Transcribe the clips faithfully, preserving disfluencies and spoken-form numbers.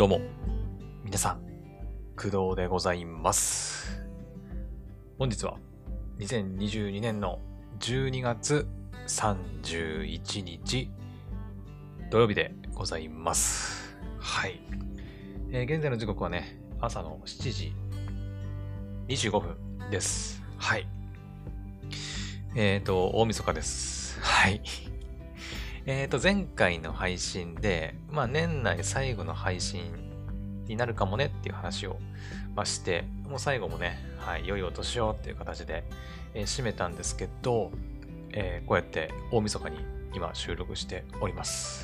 どうも、皆さん、工藤でございます。本日はにせんにじゅうにねんのじゅうにがつさんじゅういちにち土曜日でございます。はい。えー現在の時刻はね、朝のしちじにじゅうごふんです。はい。えっと、大晦日です。はい。えっと、前回の配信で、まあ、年内最後の配信になるかもねっていう話を、まあ、して、もう最後もね、はい、良いお年をっていう形で、えー締めたんですけど、えーこうやって大晦日に今収録しております。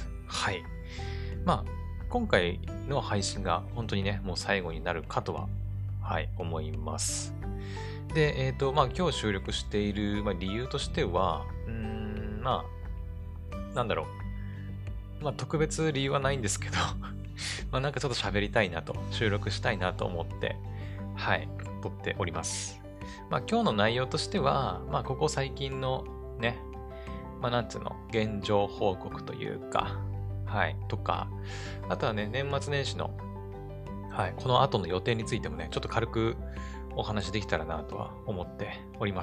はい。まあ、今回の配信が本当にね、もう最後になるかとは、はい、思います。で、えっと、まあ、今日収録している、まあ、理由としては、うーん、まあ、なんだろう。まあ、特別理由はないんですけどまあ、なんかちょっと喋りたいなと、収録したいなと思って、はい、撮っております。まあ、今日の内容としては、まあ、ここ最近のね、まあ、なんつうの、現状報告というか、はい、とか、あとはね、年末年始の、はい、この後の予定についてもね、ちょっと軽くお話できたらなとは思っております。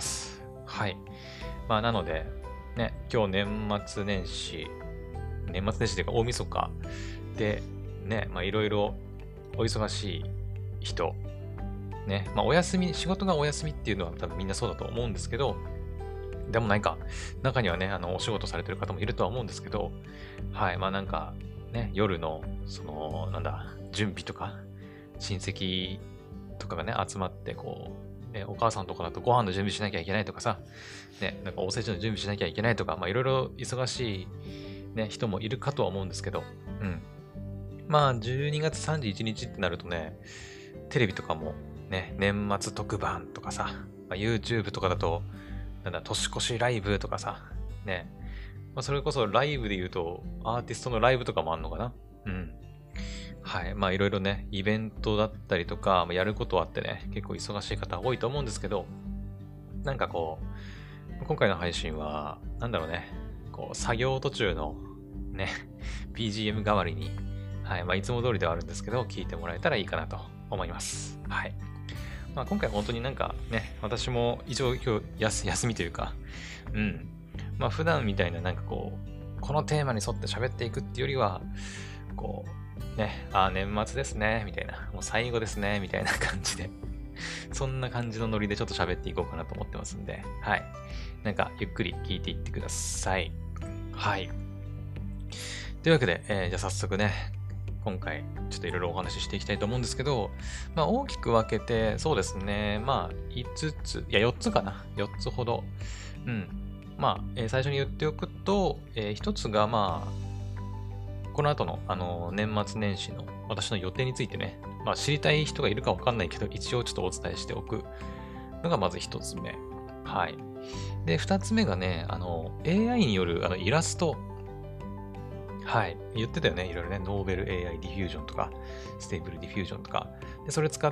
はい。まあ、なので、ね、今日年末年始、年末年始というか大晦日で、ね、まあいろいろお忙しい人、ね、まあお休み、仕事がお休みっていうのは多分みんなそうだと思うんですけど、でもなんか、中にはね、あの、お仕事されてる方もいるとは思うんですけど、はい、まあなんか、ね、夜の、その、なんだ、準備とか、親戚とかがね、集まって、こう、ね、お母さんとかだとご飯の準備しなきゃいけないとかさ、ね、なんかおせちの準備しなきゃいけないとか、まあいろいろ忙しい、ね、人もいるかとは思うんですけど、うん。まあ、じゅうにがつさんじゅういちにちってなるとね、テレビとかもね、年末特番とかさ、まあ、YouTube とかだと、なんだ、年越しライブとかさ、ね、まあ、それこそライブで言うと、アーティストのライブとかもあんのかな。うん。はい。まあ、いろいろね、イベントだったりとか、まあ、やることあってね、結構忙しい方多いと思うんですけど、なんかこう、今回の配信は、なんだろうね、こう、作業途中のね、ビージーエム 代わりに、はい、まあ、いつも通りではあるんですけど、聞いてもらえたらいいかなと思います。はい。まあ、今回本当になんかね、私も一応今日休休みというか、うん。まあ、普段みたいななんかこう、このテーマに沿って喋っていくっていうよりは、こう、ね、ああ、年末ですね、みたいな、もう最後ですね、みたいな感じで、そんな感じのノリでちょっと喋っていこうかなと思ってますんで、はい。なんか、ゆっくり聞いていってください。はい。というわけで、えーじゃあ早速ね、今回ちょっといろいろお話ししていきたいと思うんですけど、まあ大きく分けて、そうですね、まあいつつ、いやよっつかな、よっつほど。うん。まあ、えー最初に言っておくと、えー、ひとつがまあ、この後の、あのー年末年始の私の予定についてね、まあ知りたい人がいるかわかんないけど、一応ちょっとお伝えしておくのがまずひとつめ。はい。で、ふたつめがね、あの、エーアイ によるあのイラスト、はい。言ってたよね。いろいろね。ノーベル エーアイ ディフュージョンとか、ステーブルディフュージョンとか。で、それ使って、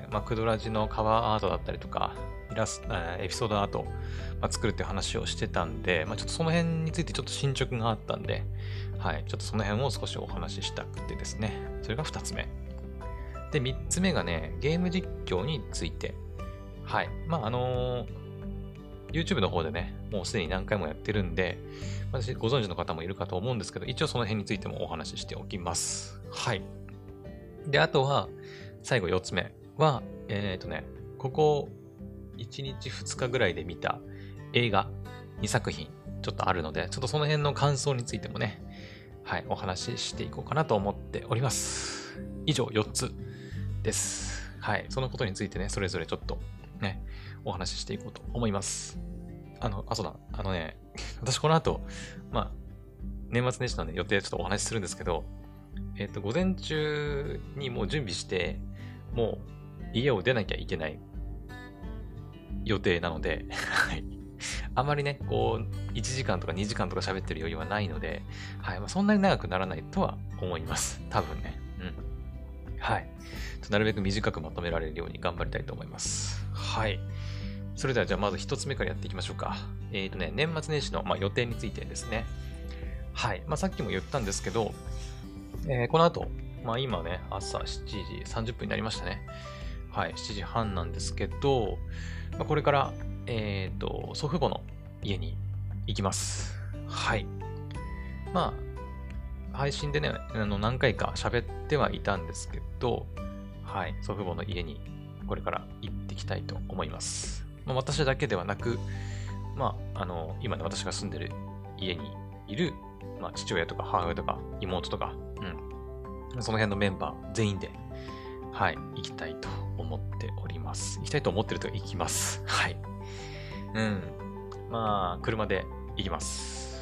まあ、クドラジのカバーアートだったりとか、イラスト、エピソードアート、まあ、作るっていう話をしてたんで、まあ、ちょっとその辺についてちょっと進捗があったんで、はい。ちょっとその辺を少しお話ししたくてですね。それがふたつめ。で、みっつめがね、ゲーム実況について。はい。まあ、あのー YouTube の方でね、もうすでに何回もやってるんで、私ご存知の方もいるかと思うんですけど、一応その辺についてもお話ししておきます。はい。で、あとは、最後よっつめは、えっとね、ここいちにちふつかぐらいで見た映画にさく品ちょっとあるので、ちょっとその辺の感想についてもね、はい、お話ししていこうかなと思っております。以上よっつです。はい、そのことについてね、それぞれちょっとね、お話ししていこうと思います。あの、あ、そうだ、あのね、私この後、まあ、年末年始のね、予定ちょっとお話しするんですけど、えっと、午前中にもう準備して、もう家を出なきゃいけない予定なので、はい。あまりね、こう、いちじかんとかにじかんとか喋ってる余裕はないので、はい。まあ、そんなに長くならないとは思います。多分ね。うん。はい。なるべく短くまとめられるように頑張りたいと思います。はい。それではじゃあまず一つ目からやっていきましょうか。えっとね、年末年始の、まあ、予定についてですね。はい。まあ、さっきも言ったんですけど、えーこの後、 まあ今ね、朝しちじさんじゅっぷんになりましたね。はい、しちじはんなんですけど、まあ、これから、えっと、祖父母の家に行きます。はい。まあ、配信でね、あの何回か喋ってはいたんですけど、はい、祖父母の家にこれから行ってきたいと思います。まあ、私だけではなく、まあ、あの、今ね、私が住んでる家にいる、まあ、父親とか母親とか妹とか、うん、その辺のメンバー全員で、はい、行きたいと思っております。行きたいと思ってると行きます。はい。うん。まあ、車で行きます。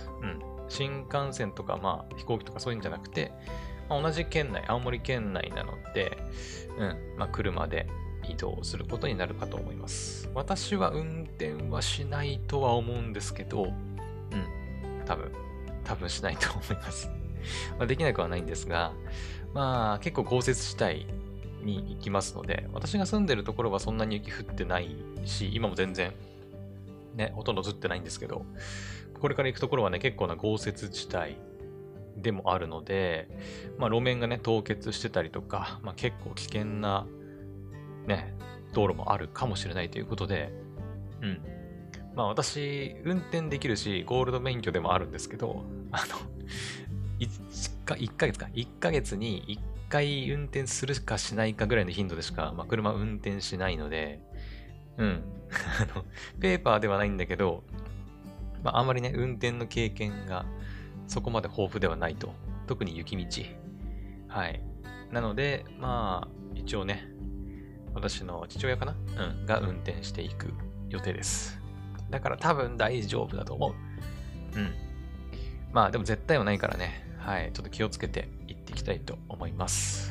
うん。新幹線とか、まあ、飛行機とかそういうんじゃなくて、まあ、同じ県内、青森県内なので、うん。まあ、車で移動することになるかと思います。私は運転はしないとは思うんですけど、うん。多分、多分しないと思います。まあ、できなくはないんですが、まあ、結構豪雪地帯に行きますので、私が住んでるところはそんなに雪降ってないし、今も全然、ね、ほとんど降ってないんですけど、これから行くところはね、結構な豪雪地帯でもあるので、まあ路面がね、凍結してたりとか、まあ結構危険な、ね、道路もあるかもしれないということで、うん。まあ私、運転できるし、ゴールド免許でもあるんですけど、あの、いっか、いっかげつか、いっかげつにいっかい運転するかしないかぐらいの頻度でしか、まあ車運転しないので、うん。あの、ペーパーではないんだけど、まあ、あんまりね、運転の経験がそこまで豊富ではないと。特に雪道。はい。なので、まあ、一応ね、私の父親かなうん。が運転していく予定です。だから多分大丈夫だと思う。うん。まあ、でも絶対はないからね。はい。ちょっと気をつけて行っていきたいと思います。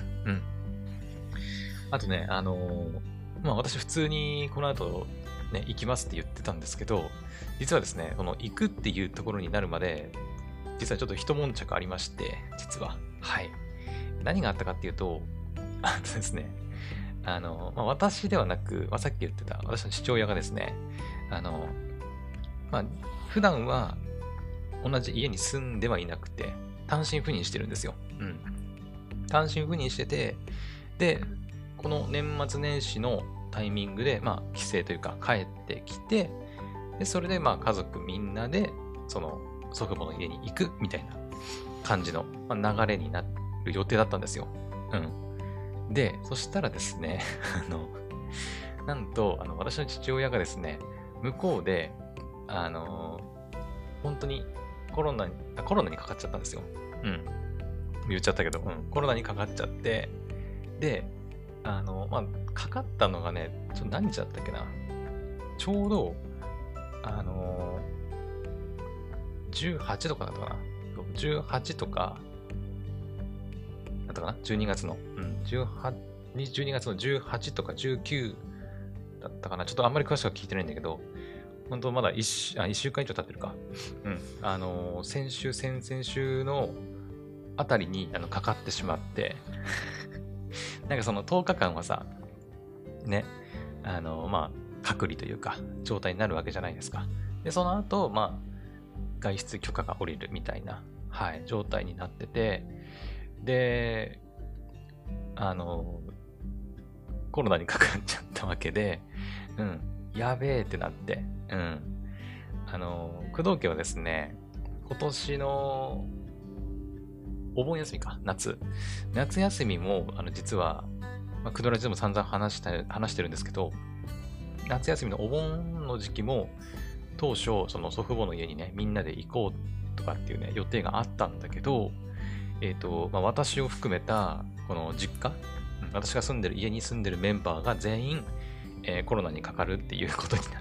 うん。あとね、あのーまあ私普通にこの後ね、行きますって言ってたんですけど、実はですね、この行くっていうところになるまで、実はちょっと一悶着ありまして、実は。はい。何があったかっていうと、あとですね、あの、まあ、私ではなく、まあ、さっき言ってた私の父親がですね、あの、まあ、普段は同じ家に住んではいなくて、単身赴任してるんですよ。うん。単身赴任してて、で、この年末年始のタイミングで、まあ、帰省というか帰ってきて、で、それでまあ家族みんなで、その祖父母の家に行くみたいな感じの、まあ、流れになる予定だったんですよ。うん。で、そしたらですね、あの、なんと、あの、私の父親がですね、向こうで、あの、本当にコロナに、あコロナにかかっちゃったんですよ。うん。言っちゃったけど、うん。コロナにかかっちゃって、で、あの、まあ、かかったのがね、ちょっと何日だったっけな。ちょうど、あのー、じゅうはちとかだったかな。じゅうはちとか、だったかな ?じゅうに 月の。うん、じゅうはち、じゅうにがつのじゅうはちとかじゅうきゅうだったかな。ちょっとあんまり詳しくは聞いてないんだけど、本当まだ 1, 週あいっしゅうかん以上経ってるか。うん。あのー、先週、先々週のあたりにあのかかってしまって、なんかそのとおかかんはさ、ね、あの、まあ、隔離というか、状態になるわけじゃないですか。で、その後、まあ、外出許可が下りるみたいな、はい、状態になってて、で、あの、コロナにかかっちゃったわけで、うん、やべえってなって、うん。あの、工藤家はですね、今年のお盆休みか、夏。夏休みも、あの、実は、まあ、クドラジでも散々話した、話してるんですけど、夏休みのお盆の時期も、当初、その祖父母の家にね、みんなで行こうとかっていうね、予定があったんだけど、えっと、まあ、私を含めた、この実家、私が住んでる家に住んでるメンバーが全員、えーコロナにかかるっていうことになって、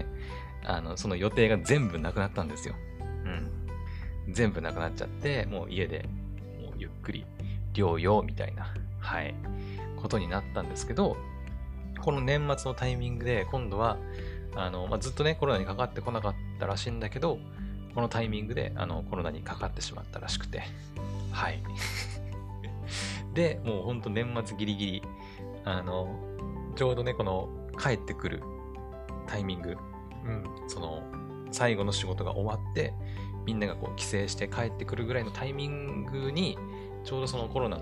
あの、その予定が全部なくなったんですよ。うん。全部なくなっちゃって、もう家で、もうゆっくり療養みたいな、はい、ことになったんですけど、この年末のタイミングで、今度は、あの、まあ、ずっとね、コロナにかかってこなかったらしいんだけど、このタイミングで、あの、コロナにかかってしまったらしくて、はい。で、もうほんと年末ギリギリ、あの、ちょうどね、この帰ってくるタイミング、うん、その、最後の仕事が終わって、みんながこう帰省して帰ってくるぐらいのタイミングに、ちょうどそのコロナの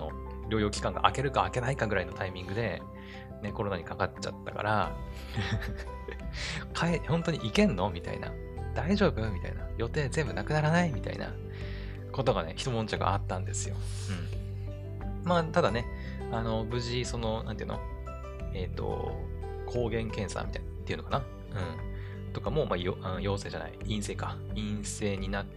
療養期間が明けるか明けないかぐらいのタイミングで、ね、コロナにかかっちゃったから、かえ、本当に行けんのみたいな。大丈夫みたいな。予定全部なくならないみたいなことがね、一悶着あったんですよ。うん。まあ、ただね、あの、無事、その、なんていうのえっ、と、抗原検査みたいな、っていうのかなうん。とかも、まあ、よあ陽性じゃない、陰性か。陰性になって、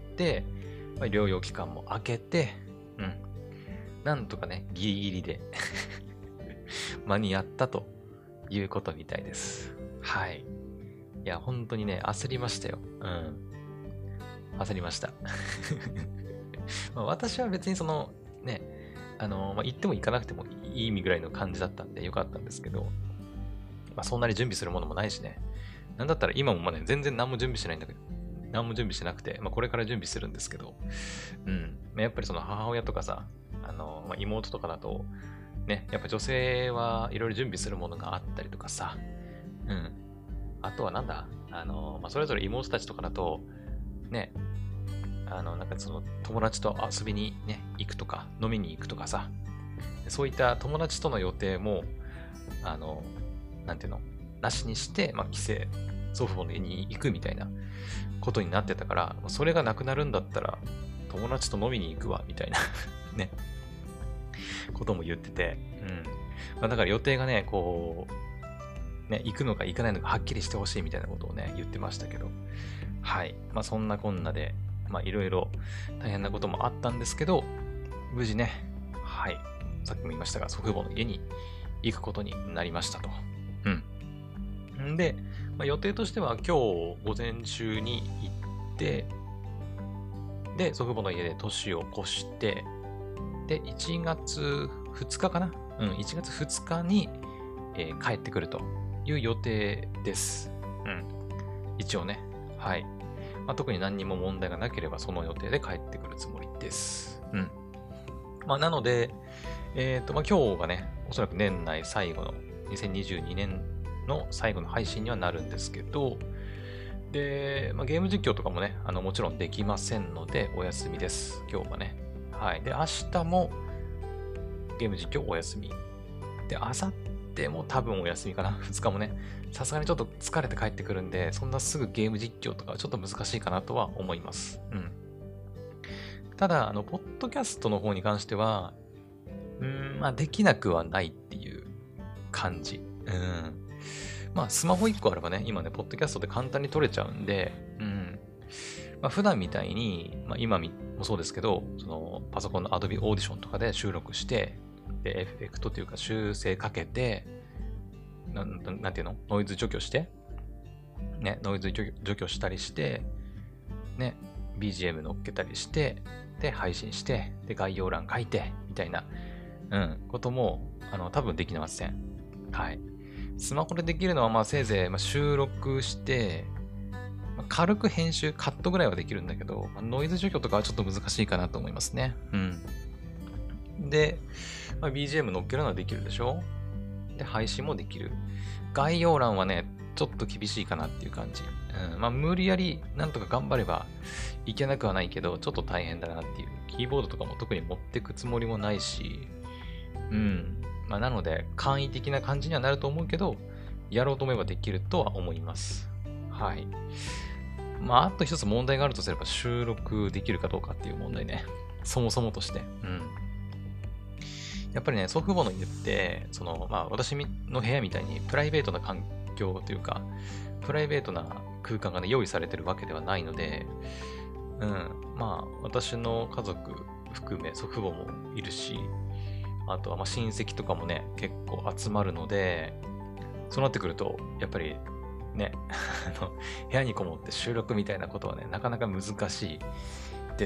まあ、療養期間も明けて、うん。なんとかね、ギリギリで間に合ったということみたいです。はい。いや、本当にね、焦りましたよ。うん。焦りました。まあ私は別にその、ね、あの、まあ、行っても行かなくてもいい意味ぐらいの感じだったんでよかったんですけど、まあ、そんなに準備するものもないしね。なんだったら今もまあね、全然何も準備してないんだけど、何も準備してなくて、まあ、これから準備するんですけど、うん。まあやっぱりその母親とかさ、あの、まあ、妹とかだと、ね、やっぱ女性はいろいろ準備するものがあったりとかさ、うん。あとはなんだあの、まあ、それぞれ妹たちとかだと、ね、あの、なんかその友達と遊びにね、行くとか、飲みに行くとかさ、そういった友達との予定も、あの、なんていうの、なしにして、まあ、帰省、祖父母の家に行くみたいなことになってたから、それがなくなるんだったら、友達と飲みに行くわ、みたいなね、ことも言ってて、うん。まあ、だから予定がね、こう、ね、行くのか行かないのかはっきりしてほしいみたいなことをね、言ってましたけど、はい。まあ、そんなこんなで、まあ、いろいろ大変なこともあったんですけど、無事ね、はい。さっきも言いましたが、祖父母の家に行くことになりましたと。うん。んで、まあ、予定としては今日午前中に行って、で、祖父母の家で年を越して、で、いちがつふつかかなうん、いちがつふつかに、えー帰ってくるという予定です。うん。一応ね。はい。まあ、特に何にも問題がなければその予定で帰ってくるつもりです。うん。まあ、なので、えっと、まあ、今日がね、おそらく年内最後の、にせんにじゅうにねんの最後の配信にはなるんですけど、で、まあ、ゲーム実況とかもね、あの、もちろんできませんので、お休みです。今日はね。はい。で、明日もゲーム実況お休み。で、明後日も多分お休みかな。ふつかもね。さすがにちょっと疲れて帰ってくるんで、そんなすぐゲーム実況とかはちょっと難しいかなとは思います。うん。ただ、あの、ポッドキャストの方に関しては、うーん、まあ、できなくはないっていう感じ。うん。まあ、スマホいっこあればね、今ね、ポッドキャストで簡単に撮れちゃうんで、うん。まあ、普段みたいに、まあ、今もそうですけど、その、パソコンの Adobe Audition とかで収録して、で、エフェクトというか修正かけて、なん、なんていうのノイズ除去して、ね、ノイズ除去除去したりして、ね、ビージーエム 乗っけたりして、で、配信して、で、概要欄書いて、みたいな、うん、ことも、あの、多分できません。はい。スマホでできるのは、まあ、せいぜい、まあ、収録して、まあ、軽く編集、カットぐらいはできるんだけど、まあ、ノイズ除去とかはちょっと難しいかなと思いますね。うん。で、まあ、ビージーエム 乗っけるのはできるでしょで、配信もできる。概要欄はね、ちょっと厳しいかなっていう感じ。うん、まあ、無理やりなんとか頑張ればいけなくはないけど、ちょっと大変だなっていう。キーボードとかも特に持ってくつもりもないし、うん。まあ、なので、簡易的な感じにはなると思うけど、やろうと思えばできるとは思います。はい。まあ、あと一つ問題があるとすれば、収録できるかどうかっていう問題ね。そもそもとして。うん。やっぱりね、祖父母の家って、その、まあ、私の部屋みたいにプライベートな環境というか、プライベートな空間がね、用意されてるわけではないので、うん、まあ、私の家族含め祖父母もいるし、あとはまあ親戚とかもね、結構集まるので、そうなってくると、やっぱりね、あの部屋にこもって収録みたいなことはね、なかなか難しいです。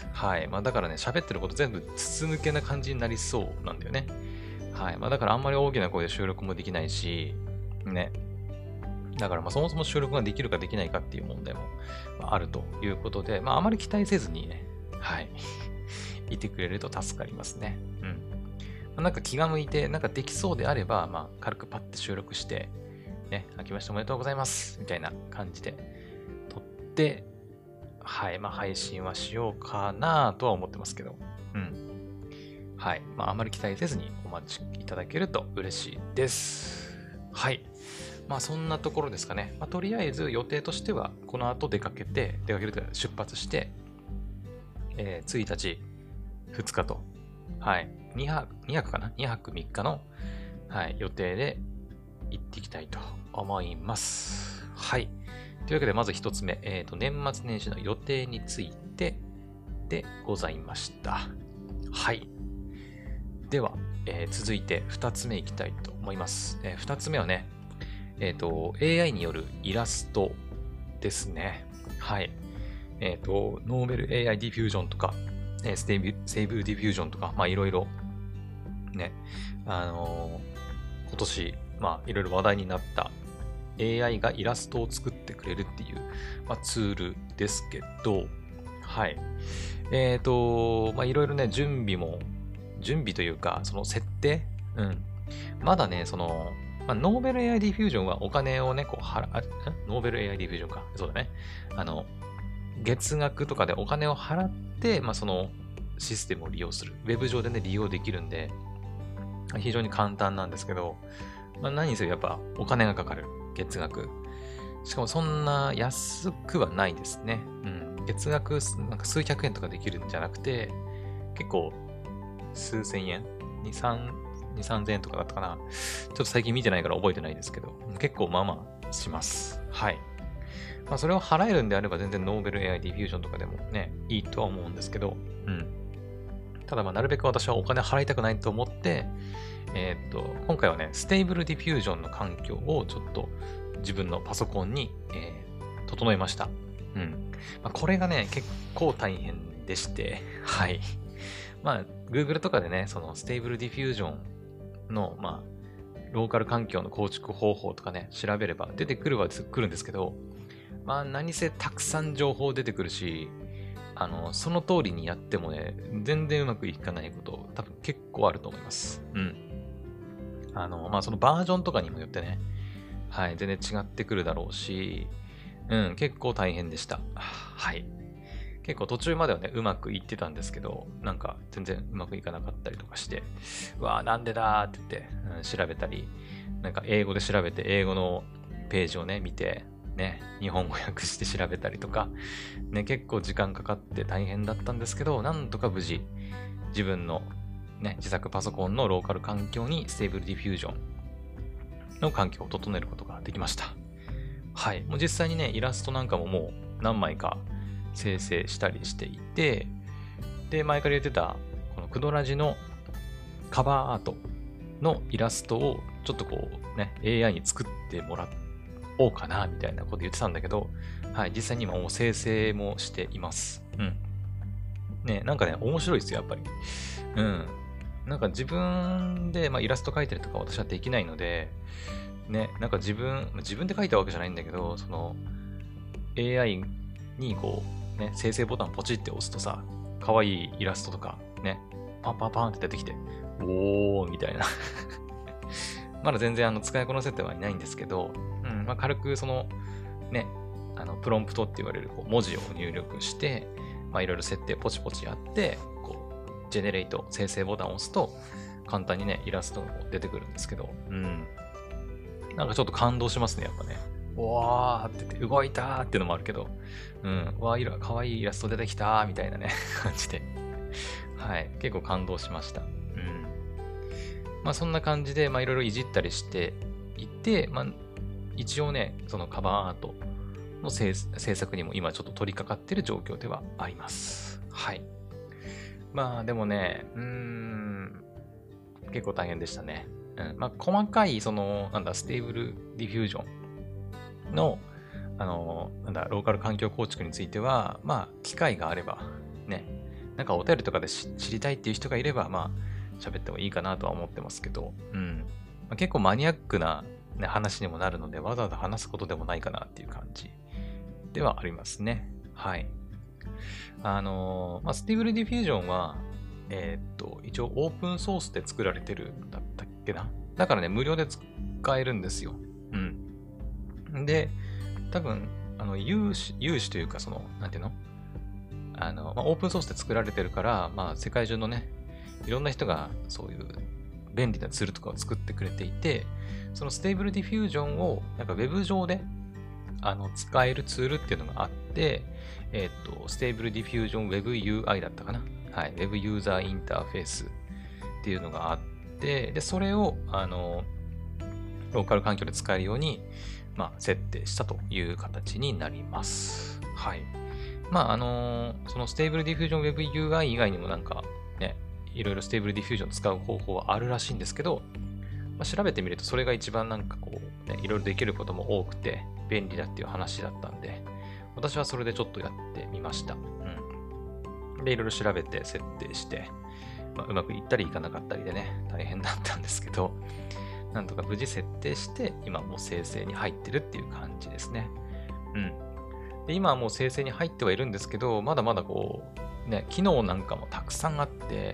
はい。まあだからね、喋ってること全部筒抜けな感じになりそうなんだよね。はい。まあだからあんまり大きな声で収録もできないし、ね。だからまあそもそも収録ができるかできないかっていう問題もあるということで、まああまり期待せずにね、はい。いてくれると助かりますね。うん。まあ、なんか気が向いて、なんかできそうであれば、まあ軽くパッて収録して、ね、明けましておめでとうございます。みたいな感じで撮って、はい、まあ配信はしようかなとは思ってますけど。うん。 はい。まあ、あまり期待せずにお待ちいただけると嬉しいです。はい。まあ、そんなところですかね。まあ、とりあえず予定としては、この後出かけて、出かけるというか出発して、えー、ついたち、ふつかと、はい。にはく、にはくかな ?に 泊みっかの、はい、予定で行っていきたいと思います。はい。というわけで、まず一つ目、えっと、年末年始の予定についてでございました。はい。では、えー続いて二つ目いきたいと思います。えー二つ目はね、えっと、エーアイ によるイラストですね。はい。えっと、ノーベル エーアイ ディフュージョンとか、えーステーブセーブディフュージョンとか、まあいろいろね、あのー今年、まあいろいろ話題になった エーアイ がイラストを作ってくれるっていう、まあ、ツールですけど、はい。えっと、まあいろいろね、準備も、準備というか、その設定うん。まだね、その、まあ、ノーベル エーアイ ディフュージョンはお金をね、こう、払、あ、んノーベル エーアイ ディフュージョンか。そうだね。あの、月額とかでお金を払って、まあ、そのシステムを利用する。ウェブ上でね、利用できるんで、非常に簡単なんですけど、まあ、何にせよやっぱお金がかかる。月額。しかもそんな安くはないですね。うん。月額なんか数百円とかできるんじゃなくて、結構数千円 ?に、三、に、さんぜんえんとかだったかな。ちょっと最近見てないから覚えてないですけど、結構まあまあします。はい。まあそれを払えるんであれば全然ノーベル エーアイ ディフュージョンとかでもね、いいとは思うんですけど、うん。ただまあなるべく私はお金払いたくないと思って、えーっと、今回はね、ステーブルディフュージョンの環境をちょっと自分のパソコンに、えー整えました。うん。まあ、これがね、結構大変でして、はい。まあ、Google とかでね、そのステーブルディフュージョンの、まあ、ローカル環境の構築方法とかね、調べれば出てくるは来るんですけど、まあ、何せたくさん情報出てくるし、あの、その通りにやってもね、全然うまくいかないこと多分結構あると思います。うん。あの、まあ、そのバージョンとかにもよってね、はい、全然違ってくるだろうし、うん、結構大変でした。はい。結構途中まではね、うまくいってたんですけど、なんか全然うまくいかなかったりとかして、うわーなんでだーって言って、うん、調べたり、なんか英語で調べて、英語のページをね、見て、ね、日本語訳して調べたりとか、ね、結構時間かかって大変だったんですけど、なんとか無事、自分のね、自作パソコンのローカル環境にステーブルディフュージョンの環境を整えることができました。はい。もう実際にね、イラストなんかももう何枚か生成したりしていて、で、前から言ってた、このクドラジのカバーアートのイラストをちょっとこうね、エーアイ に作ってもらおうかな、みたいなこと言ってたんだけど、はい、実際に今もう生成もしています。うん。ね、なんかね、面白いですよ、やっぱり。うん。なんか自分で、まあ、イラスト描いたりとか私はできないので、ね、なんか自分、自分で描いたわけじゃないんだけど、その エーアイ にこう、ね、生成ボタンポチって押すとさ、可愛いイラストとか、ね、パンパンパンって出てきて、おーみたいな。まだ全然あの使いこなせてはいないんですけど、うん、まあ、軽くその、ね、あのプロンプトって言われるこう文字を入力して、まあ、いろいろ設定ポチポチやって、こう、ジェネレート、生成ボタンを押すと、簡単にね、イラストが出てくるんですけど、うん。なんかちょっと感動しますね、やっぱね。わーって言って、動いたーっていうのもあるけど、うん、わー、かわいいイラスト出てきたーみたいなね、感じで。はい、結構感動しました。うん。まあそんな感じで、まあいろいろいじったりしていて、まあ一応ね、そのカバーアートの制制作にも今ちょっと取り掛かっている状況ではあります。はい。まあでもね、うーん、結構大変でしたね。うん。まあ細かい、その、なんだ、ステーブルディフュージョンの、あの、なんだ、ローカル環境構築については、まあ機会があれば、ね、なんかお便りとかで知りたいっていう人がいれば、まあ喋ってもいいかなとは思ってますけど、うん。まあ、結構マニアックな、ね、話にもなるので、わざわざ話すことでもないかなっていう感じではありますね。はい。あのーまあ、スティーブルディフュージョンは、えーっと、一応オープンソースで作られてるんだったっけな。だからね、無料で使えるんですよ。うん。で、多分、あの、有志、有志というか、その、なんていうのあの、まあ、オープンソースで作られてるから、まあ、世界中のね、 いろんな人がそういう便利なツールとかを作ってくれていて、そのステーブルディフュージョンをなんかウェブ上であの使えるツールっていうのがあって、えっと、ステーブルディフュージョン Web ユーアイ だったかな。はい。Web ユーザーインターフェースっていうのがあって、で、それを、あの、ローカル環境で使えるように、まあ、設定したという形になります。はい。まあ、あのーそのステーブルディフュージョン Web ユーアイ 以外にもなんか、ね、いろいろステーブルディフュージョン使う方法はあるらしいんですけど、まあ、調べてみるとそれが一番なんかこう、ね、いろいろできることも多くて便利だっていう話だったんで、私はそれでちょっとやってみました。うん。で、いろいろ調べて設定して、まあ、うまくいったりいかなかったりでね、大変だったんですけど、なんとか無事設定して、今もう生成に入ってるっていう感じですね。うん。で、今はもう生成に入ってはいるんですけど、まだまだこう、ね、機能なんかもたくさんあって、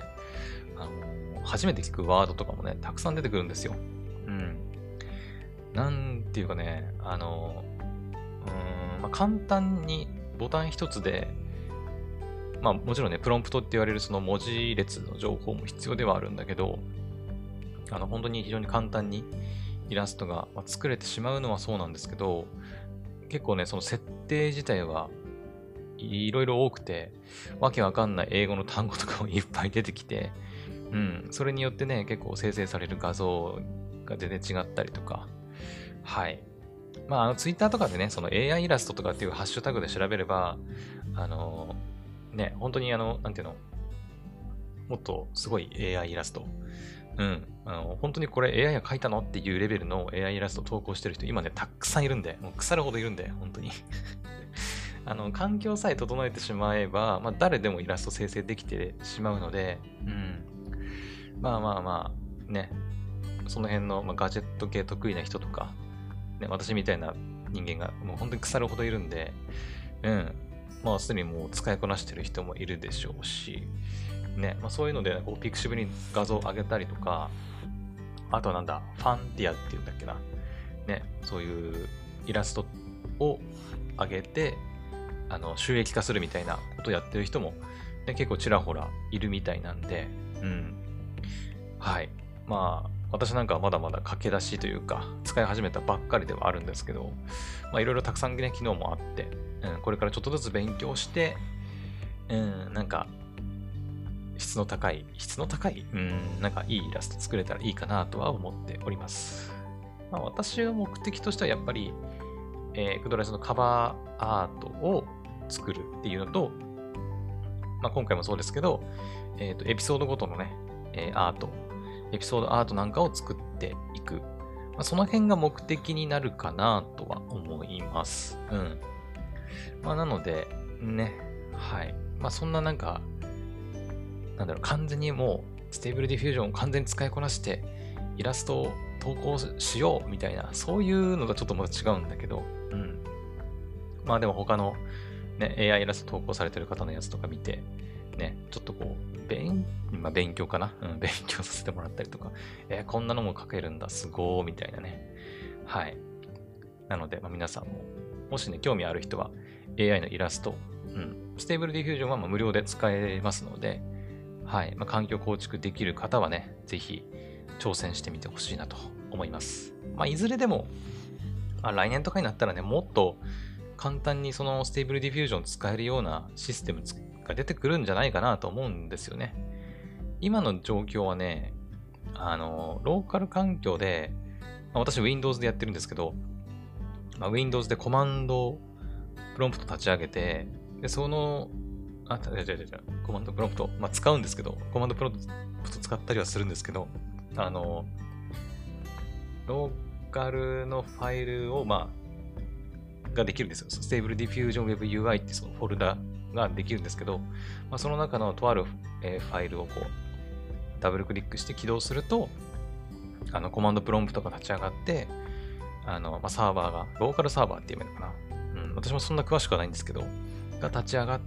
あの、初めて聞くワードとかもね、たくさん出てくるんですよ。うん。なんていうかね、あの、うーん、まあ、簡単にボタン一つで、まあもちろんね、プロンプトって言われるその文字列の情報も必要ではあるんだけど、あの、本当に非常に簡単にイラストが作れてしまうのはそうなんですけど、結構ね、その設定自体はいろいろ多くて、わけわかんない英語の単語とかもいっぱい出てきて、うん、それによってね、結構生成される画像が全然違ったりとか、はい。まあ、あの、ツイッターとかでね、その エーアイ イラストとかっていうハッシュタグで調べれば、あの、ね、本当にあの、なんていうの、もっとすごい エーアイ イラスト、うん、あの、本当にこれ エーアイ が描いたのっていうレベルの エーアイ イラストを投稿してる人、今ね、たくさんいるんで、もう腐るほどいるんで、本当に。あの、環境さえ整えてしまえば、まあ、誰でもイラスト生成できてしまうので、うん。まあまあまあ、ね、その辺の、まあ、ガジェット系得意な人とか、ね、私みたいな人間がもう本当に腐るほどいるんで、うん。まあ、すでにもう使いこなしてる人もいるでしょうし、ね、まあ、そういうので、こう、ピクシブに画像を上げたりとか、あとはなんだ、ファンティアっていうんだっけな。ね、そういうイラストを上げて、あの、収益化するみたいなことをやってる人も、ね、結構ちらほらいるみたいなんで、うん。はい。まあ、私なんかはまだまだ駆け出しというか、使い始めたばっかりではあるんですけど、まあ、いろいろたくさんね、機能もあって、うん、これからちょっとずつ勉強して、うん、なんか、質の高い、質の高い、うん、なんかいいイラスト作れたらいいかなとは思っております。まあ、私の目的としてはやっぱり、えー、クドライスのカバーアートを作るっていうのと、まあ、今回もそうですけど、えっと、エピソードごとのね、えーアート、エピソードアートなんかを作っていく。まあ、その辺が目的になるかなとは思います。うん。まあ、なので、ね、はい。まあ、そんななんか、なんだろう、完全にもう、ステーブルディフュージョンを完全に使いこなして、イラストを投稿しようみたいな、そういうのがちょっとまた違うんだけど、うん。まあでも他の、ね、エーアイ イラスト投稿されてる方のやつとか見て、ね、ちょっとこう、勉、まあ、勉強かな、うん、勉強させてもらったりとか、えーこんなのも書けるんだ、すごー、みたいなね。はい。なので、まあ、皆さんも、もしね、興味ある人は、エーアイ のイラスト、うん、ステーブルディフュージョンはまあ無料で使えますので、はい。まあ、環境構築できる方はね、ぜひ挑戦してみてほしいなと思います。まあ、いずれでも、まあ、来年とかになったらね、もっと簡単にそのステーブルディフュージョン使えるようなシステムが出てくるんじゃないかなと思うんですよね。今の状況はね、あの、ローカル環境で、まあ、私 Windows でやってるんですけど、まあ、Windows でコマンドプロンプト立ち上げて、で、その、あ、違う違う違う、コマンドプロンプト、まあ、使うんですけど、コマンドプロンプト使ったりはするんですけど、あの、ローカルのファイルを、まあ、ができるんですよ。ステーブルディフュージョン Web ユーアイ ってそのフォルダができるんですけど、まあ、その中のとある、えーファイルをこう、ダブルクリックして起動すると、あの、コマンドプロンプトが立ち上がって、あの、まあ、サーバーが、ローカルサーバーって言えばいいのかな。うん、私もそんな詳しくはないんですけど、が立ち上がって、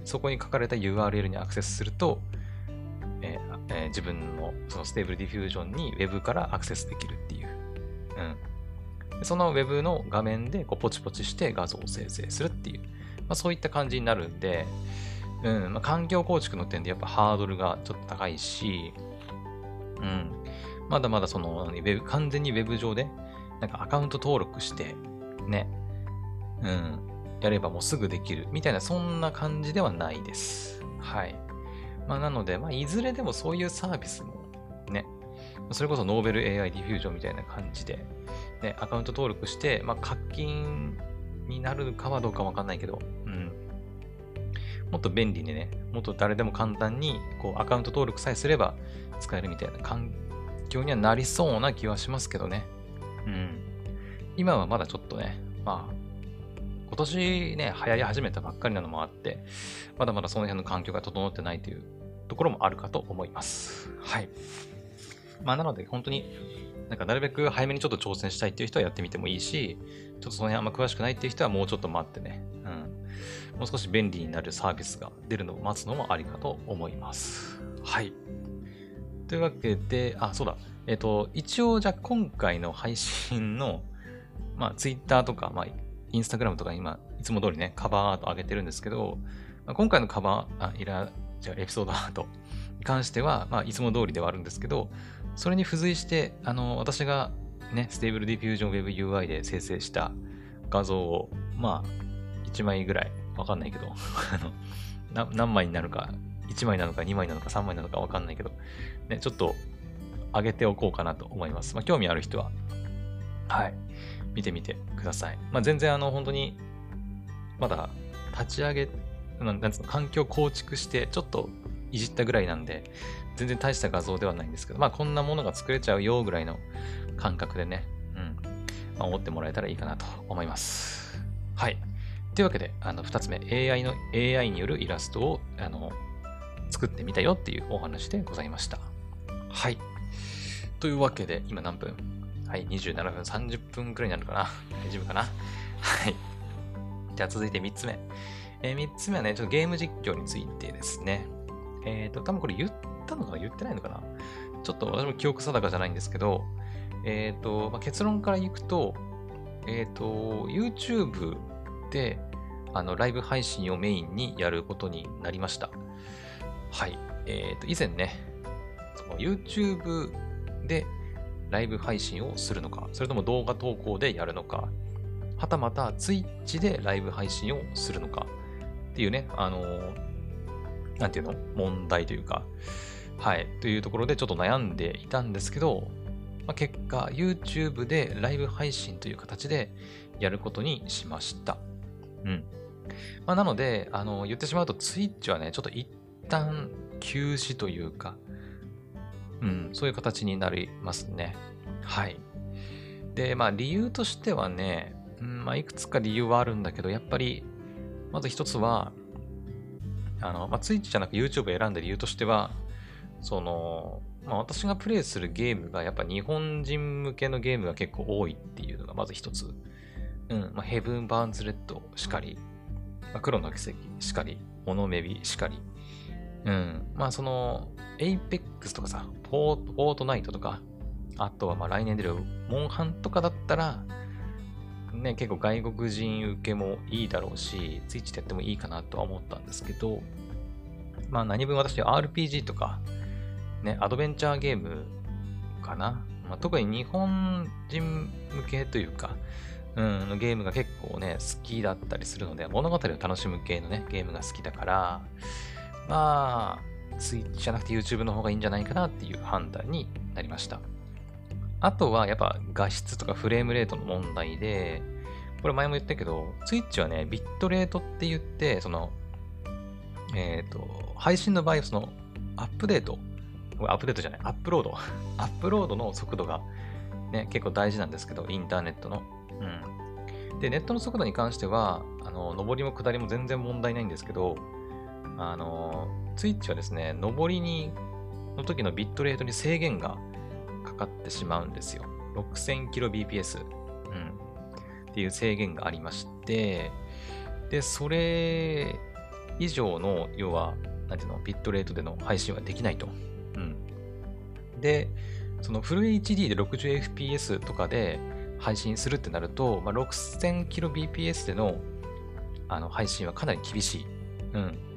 そこに書かれた ユーアールエル にアクセスすると、えーえー自分のそのステーブルディフュージョンに Web からアクセスできるっていう。うん、でその Web の画面でこうポチポチして画像を生成するっていう、まあ、そういった感じになるんで、 うん、まあ、環境構築の点でやっぱハードルがちょっと高いし、うん、まだまだその、ウェブ、完全にウェブ上で、なんかアカウント登録して、ね、うん、やればもうすぐできるみたいな、そんな感じではないです。はい。まあ、なので、まあ、いずれでもそういうサービスも、ね、それこそノーベル エーアイ ディフュージョンみたいな感じで、ね、アカウント登録して、まあ、課金になるかはどうかわかんないけど、うん。もっと便利にね、もっと誰でも簡単に、こう、アカウント登録さえすれば使えるみたいな環境にはなりそうな気はしますけどね。うん。今はまだちょっとね、まあ、今年ね、流行り始めたばっかりなのもあって、まだまだその辺の環境が整ってないというところもあるかと思います。はい。まあ、なので、本当に、なんかなるべく早めにちょっと挑戦したいっていう人はやってみてもいいし、ちょっとその辺あんま詳しくないっていう人はもうちょっと待ってね、うん。もう少し便利になるサービスが出るのを待つのもありかと思います。はい。というわけで、あ、そうだ。えっと、一応じゃあ今回の配信の、まあ、Twitter とか、まあ、Instagram とか今、いつも通りね、カバーアート上げてるんですけど、まあ、今回のカバー、あ、イラ、じゃあエピソードアートに関しては、まあ、いつも通りではあるんですけど、それに付随して、あの、私がね、ステーブルディフュージョン Web ユーアイ で生成した画像を、まあ、いちまいぐらい、わかんないけど、あの、何枚になるか、いちまいなのかにまいなのかさんまいなのかわかんないけど、ね、ちょっと上げておこうかなと思います。まあ、興味ある人は、はい、見てみてください。まあ、全然あの、本当に、まだ立ち上げ、なんなんつうの、環境構築して、ちょっといじったぐらいなんで、全然大した画像ではないんですけど、まあこんなものが作れちゃうよぐらいの感覚でね、うん、まあ、思ってもらえたらいいかなと思います。はい。というわけで、あの、二つ目、エーアイ の、エーアイ によるイラストを、あの、作ってみたよっていうお話でございました。はい。というわけで、今何分？はい、にじゅうななふん、さんじゅっぷんくらいになるかな。大丈夫かな。はい。じゃあ続いてみっつめ。えー、みっつめはね、ちょっとゲーム実況についてですね。えっと、多分これ言ったのかな言ってないのかなちょっと私も記憶定かじゃないんですけど、えっと、まあ、結論から言くと、えっと、YouTube で、あの、ライブ配信をメインにやることになりました。はい。えっと、以前ね、その YouTube でライブ配信をするのか、それとも動画投稿でやるのか、はたまた Twitch でライブ配信をするのかっていうね、あのー、なんていうの問題というか、はい、というところでちょっと悩んでいたんですけど、まあ、結果 YouTube でライブ配信という形でやることにしました。うん。まあ、なので、あのー、言ってしまうと Twitch はね、ちょっと一旦休止というか、うん、そういう形になりますね。はい。で、まあ理由としてはね、うん、まあいくつか理由はあるんだけど、やっぱり、まず一つは、あの、まあ Twitch じゃなく YouTube を選んだ理由としては、その、まあ私がプレイするゲームがやっぱ日本人向けのゲームが結構多いっていうのがまず一つ。うん、まあヘブン・バーンズ・レッドしかり、まあ、黒の奇跡しかり、モノメビしかり、うん、まあその、エイペックスとかさ、フォート、フォートナイトとか、あとはまあ来年出るモンハンとかだったら、ね、結構外国人受けもいいだろうし、ツイッチでやってもいいかなとは思ったんですけど、まあ何分私 アールピージー とか、ね、アドベンチャーゲームかな。まあ、特に日本人向けというか、うん、ゲームが結構ね、好きだったりするので、物語を楽しむ系のね、ゲームが好きだから、まあ、ツイッチじゃなくて YouTube の方がいいんじゃないかなっていう判断になりました。あとはやっぱ画質とかフレームレートの問題で、これ前も言ったけど、Twitch はね、ビットレートって言って、その、えっと、配信の場合、その、アップデート、アップデートじゃない、アップロード。アップロードの速度がね、結構大事なんですけど、インターネットの。うん。で、ネットの速度に関しては、あの、上りも下りも全然問題ないんですけど、あの、Twitch はですね、上りに、の時のビットレートに制限がかかってしまうんですよ。ろくせんキロビーピーエス、うん、っていう制限がありまして、で、それ以上の、要は、なんていうの、ビットレートでの配信はできないと。うん。で、そのフル エイチディー で ろくじゅうエフピーエス とかで配信するってなると、まあ、ろくせんキロビーピーエス でのあの配信はかなり厳しい。うん。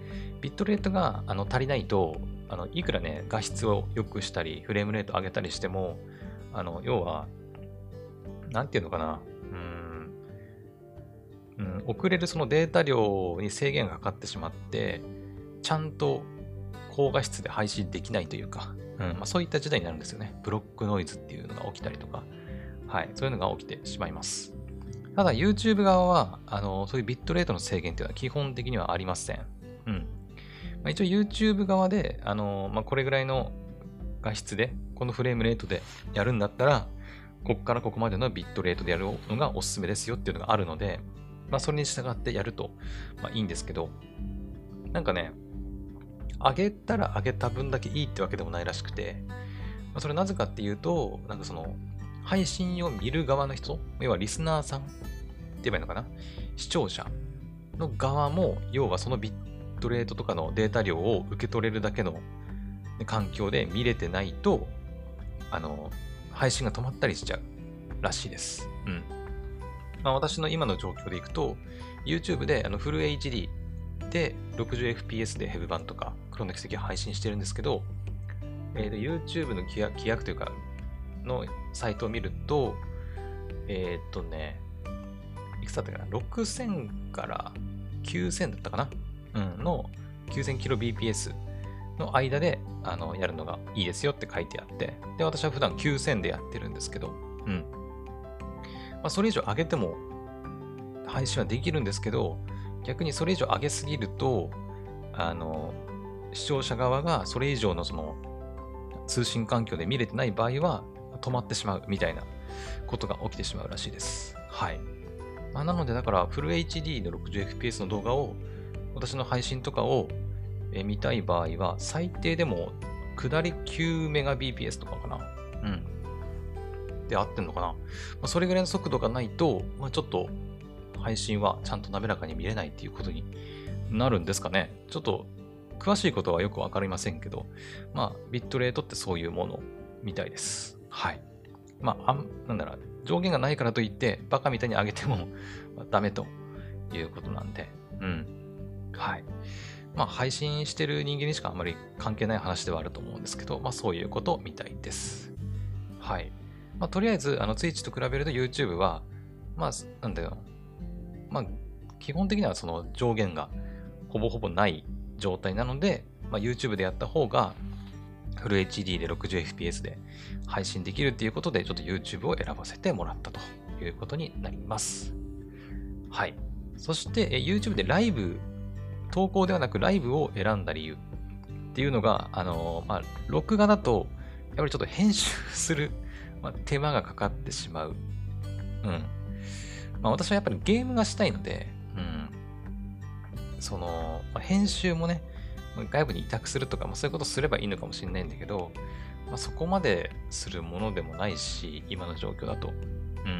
ビットレートがあの足りないと、あのいくらね、画質を良くしたり、フレームレート上げたりしても、あの要は、なんていうのかな、うーん、うん、送れるそのデータ量に制限がかかってしまって、ちゃんと高画質で配信できないというか、うんまあ、そういった時代になるんですよね。ブロックノイズっていうのが起きたりとか、はい、そういうのが起きてしまいます。ただ YouTube 側は、あのそういうビットレートの制限っていうのは基本的にはありません。うん。まあ、一応 YouTube 側で、あのまあ、これぐらいの画質で、このフレームレートでやるんだったら、ここからここまでのビットレートでやるのがおすすめですよっていうのがあるので、まあ、それに従ってやると、まあ、いいんですけど、なんかね、上げたら上げた分だけいいってわけでもないらしくて、まあ、それなぜかっていうと、なんかその、配信を見る側の人、要はリスナーさんって言えばいいのかな、視聴者の側も、要はそのビットレートとかのデータ量を受け取れるだけの環境で見れてないと、あの、配信が止まったりしちゃうらしいです。うん。まあ、私の今の状況でいくと、YouTube であのフル エイチディー で ろくじゅうエフピーエス でヘブ版とか、黒の奇跡を配信してるんですけど、えー、YouTube の規約、規約というか、のサイトを見ると、えー、っとね、いくつだったかな ?ろくせん からきゅうせんだったかなうん、の きゅうせんキロビーピーエス の間であのやるのがいいですよって書いてあって、で、私は普段きゅうせんでやってるんですけど、うん。まあ、それ以上上げても配信はできるんですけど、逆にそれ以上上げすぎると、あの、視聴者側がそれ以上のその通信環境で見れてない場合は止まってしまうみたいなことが起きてしまうらしいです。はい。まあ、なので、だからフル エイチディー の ろくじゅうエフピーエス の動画を、私の配信とかをえ見たい場合は、最低でも下り きゅうメガビーピーエス とかかな。うん。で合ってんのかな。まあ、それぐらいの速度がないと、まあ、ちょっと配信はちゃんと滑らかに見れないっていうことになるんですかね。ちょっと詳しいことはよくわかりませんけど、まあ、ビットレートってそういうものみたいです。はい。まあ、あんなんだろう、上限がないからといって、バカみたいに上げてもダメということなんで、うん。はい。まあ、配信してる人間にしかあんまり関係ない話ではあると思うんですけど、まあ、そういうことみたいです。はい。まあ、とりあえず、あの、Twitch と比べると YouTube は、まあ、なんだよ。まあ、基本的にはその上限がほぼほぼない状態なので、まあ、YouTube でやった方が、フル エイチディー で ろくじゅうエフピーエス で配信できるっていうことで、ちょっと YouTube を選ばせてもらったということになります。はい。そして、YouTube でライブ、投稿ではなくライブを選んだ理由っていうのが、あのー、まあ、録画だと、やっぱりちょっと編集する、まあ、手間がかかってしまう。うん。まあ、私はやっぱりゲームがしたいので、うん。その、まあ、編集もね、外部に委託するとか、まあ、そういうことすればいいのかもしれないんだけど、まあ、そこまでするものでもないし、今の状況だと。うん。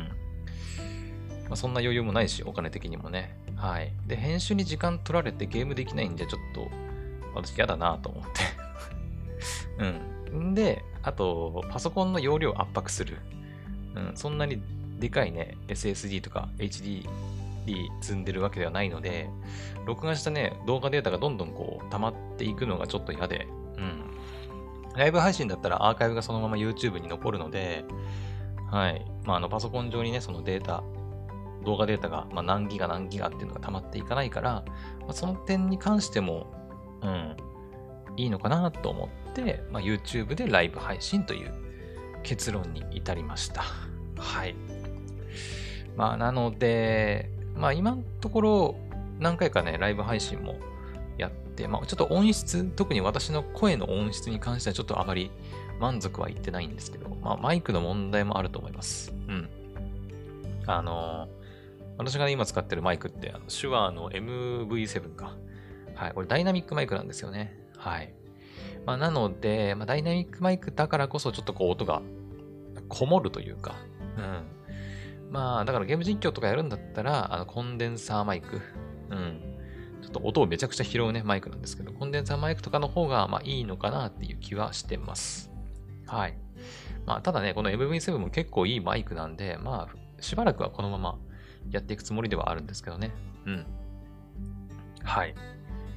まあ、そんな余裕もないし、お金的にもね。はい。で、編集に時間取られてゲームできないんじゃちょっと、私嫌だなと思って。うん。んで、あと、パソコンの容量を圧迫する。うん。そんなにでかいね、エスエスディー とか エイチディー 積んでるわけではないので、録画したね、動画データがどんどんこう溜まっていくのがちょっと嫌で、うん。ライブ配信だったらアーカイブがそのまま YouTube に残るので、はい。まあ、あの、パソコン上にね、そのデータ、動画データが、まあ、何ギガ何ギガっていうのが溜まっていかないから、まあ、その点に関しても、うん、いいのかなと思って、まあ、YouTube でライブ配信という結論に至りました。はい。まあ、なので、まあ、今のところ、何回かね、ライブ配信もやって、まあ、ちょっと音質、特に私の声の音質に関してはちょっとあまり満足はいってないんですけど、まあ、マイクの問題もあると思います。うん。あのー、私が今使ってるマイクって、あの手話の エムブイセブン か。はい。これダイナミックマイクなんですよね。はい。まあ、なので、まあ、ダイナミックマイクだからこそちょっとこう音がこもるというか、うん。まあ、だからゲーム実況とかやるんだったら、あの、コンデンサーマイク。うん。ちょっと音をめちゃくちゃ拾うね、マイクなんですけど、コンデンサーマイクとかの方が、まあいいのかなっていう気はしてます。はい。まあ、ただね、この エムブイセブン も結構いいマイクなんで、まあ、しばらくはこのままやっていくつもりではあるんですけどね。うん。はい。っ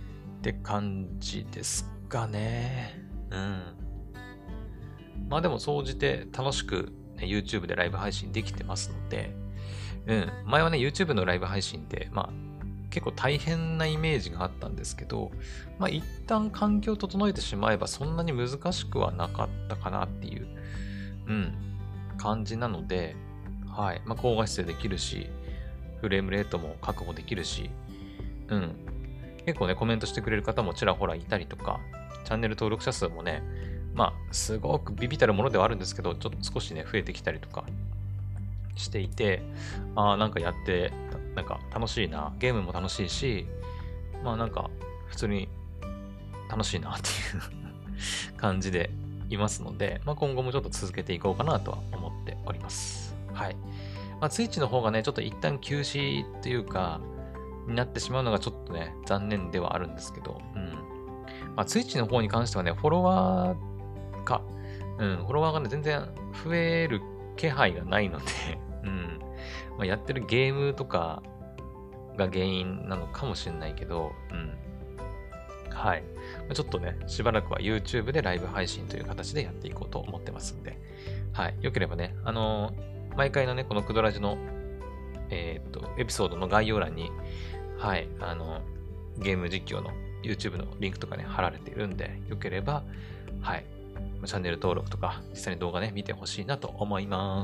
って感じですかね。うん。まあでも、総じて楽しく、ね、YouTube でライブ配信できてますので、うん。前はね、YouTube のライブ配信って、まあ、結構大変なイメージがあったんですけど、まあ一旦環境を整えてしまえばそんなに難しくはなかったかなっていう、うん、感じなので、はい。まあ高画質でできるし、フレームレートも確保できるし、うん。結構ね、コメントしてくれる方もちらほらいたりとか、チャンネル登録者数もね、まあ、すごくビビたるものではあるんですけど、ちょっと少しね、増えてきたりとかしていて、ああ、なんかやって、なんか楽しいな。ゲームも楽しいし、まあなんか、普通に楽しいなっていう感じでいますので、まあ今後もちょっと続けていこうかなとは思っております。はい。まあ、ツイッチの方がね、ちょっと一旦休止っていうか、になってしまうのがちょっとね、残念ではあるんですけど、うん。まあ、ツイッチの方に関してはね、フォロワーか、うん、フォロワーがね、全然増える気配がないので、うん。まあ、やってるゲームとかが原因なのかもしれないけど、うん。はい。ちょっとね、しばらくは YouTube でライブ配信という形でやっていこうと思ってますんで、はい。よければね、あのー、毎回のね、このクドラジの、えー、っと、エピソードの概要欄に、はい、あの、ゲーム実況の YouTube のリンクとかね、貼られているんで、よければ、はい、チャンネル登録とか、実際に動画ね、見てほしいなと思います。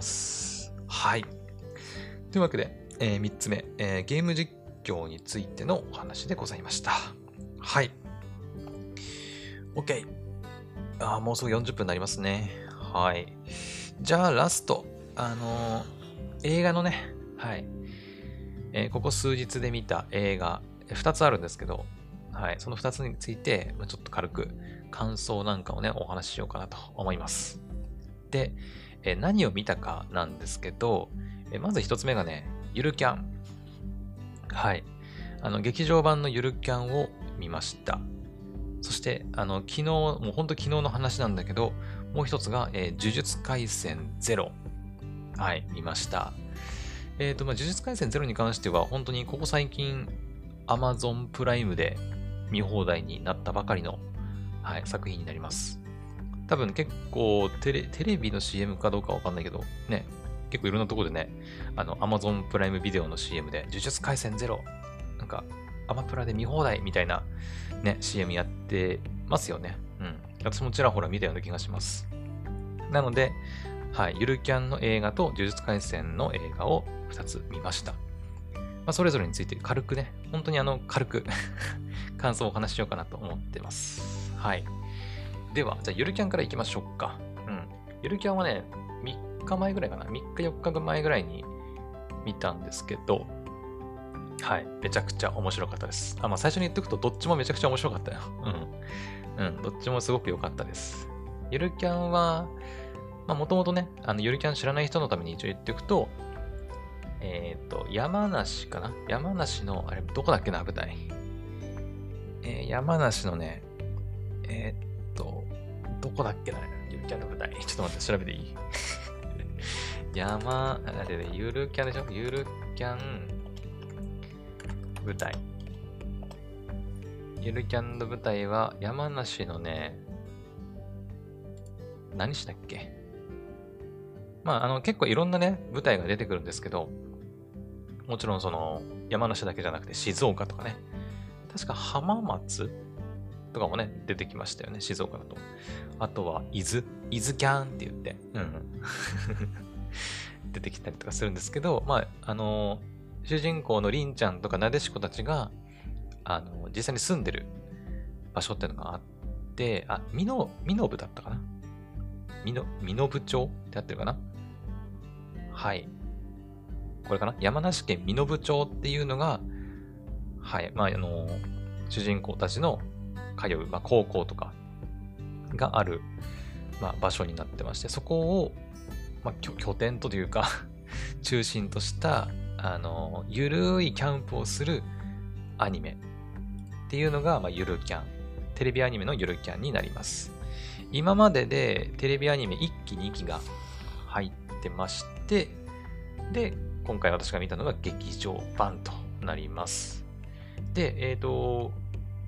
はい。というわけで、えー、みっつめ、えー、ゲーム実況についてのお話でございました。はい。OK。あー、もうすぐよんじゅっぷんになりますね。はい。じゃあ、ラスト。あのー、映画のね、はい。えー、ここ数日で見た映画、ふたつあるんですけど、はい。そのふたつについて、ちょっと軽く感想なんかをね、お話ししようかなと思います。で、えー、何を見たかなんですけど、えー、まずひとつめがね、ゆるキャン。はい。あの、劇場版のゆるキャンを見ました。そして、あの、昨日、もうほんと昨日の話なんだけど、もう一つが、えー、呪術廻戦ゼロ。はい、見ました。えっと、まあ、呪術廻戦ゼロに関しては、本当にここ最近、Amazon プライムで見放題になったばかりの、はい、作品になります。多分結構テレ、テレビの シーエム かどうかわかんないけど、ね、結構いろんなところでね、あの、Amazon プライムビデオの シーエム で、呪術廻戦ゼロ、なんか、アマプラで見放題みたいな、ね、シーエム やってますよね。うん。私もちらほら見たような気がします。なので、はい、ゆるキャンの映画と呪術廻戦の映画をふたつ見ました。まあ、それぞれについて軽くね、本当にあの、軽く感想をお話ししようかなと思ってます。はい。では、じゃあゆるキャンからいきましょうか。うん。ゆるキャンはね、みっかまえぐらいかな。みっかよっかまえぐらいに見たんですけど、はい。めちゃくちゃ面白かったです。あ、まあ最初に言っとくと、どっちもめちゃくちゃ面白かったよ。うん。うん。どっちもすごく良かったです。ゆるキャンは、まあもともとね、あの、ゆるキャン知らない人のために一応言っておくと、えっと、山梨かな山梨の、あれ、どこだっけな、舞台。えー、山梨のね、えー、っと、どこだっけな、ゆるキャンの舞台。ちょっと待って、調べていい山、あれで、ゆるキャンでしょゆるキャン舞台。ゆるキャンの舞台は、山梨のね、何市だっけまあ、あの、結構いろんなね、舞台が出てくるんですけど、もちろんその、山梨だけじゃなくて静岡とかね、確か浜松とかもね、出てきましたよね、静岡だと。あとは、伊豆、伊豆キャンって言って、うん。出てきたりとかするんですけど、まあ、あの、主人公のりんちゃんとかなでしこたちが、あの、実際に住んでる場所っていうのがあって、あ、みの、みのぶだったかなみの、みのぶ町ってあってるかなはい。これかな山梨県身延町っていうのが、はい、まあ、あの、主人公たちの通う、まあ、高校とかがある、まあ、場所になってまして、そこを、まあ、拠点というか中心とした、あの、ゆるいキャンプをするアニメっていうのが、まあ、ゆるキャン。テレビアニメのゆるキャンになります。今まででテレビアニメいっきにきが入ってまして、で、今回私が見たのが劇場版となります。で、えっと、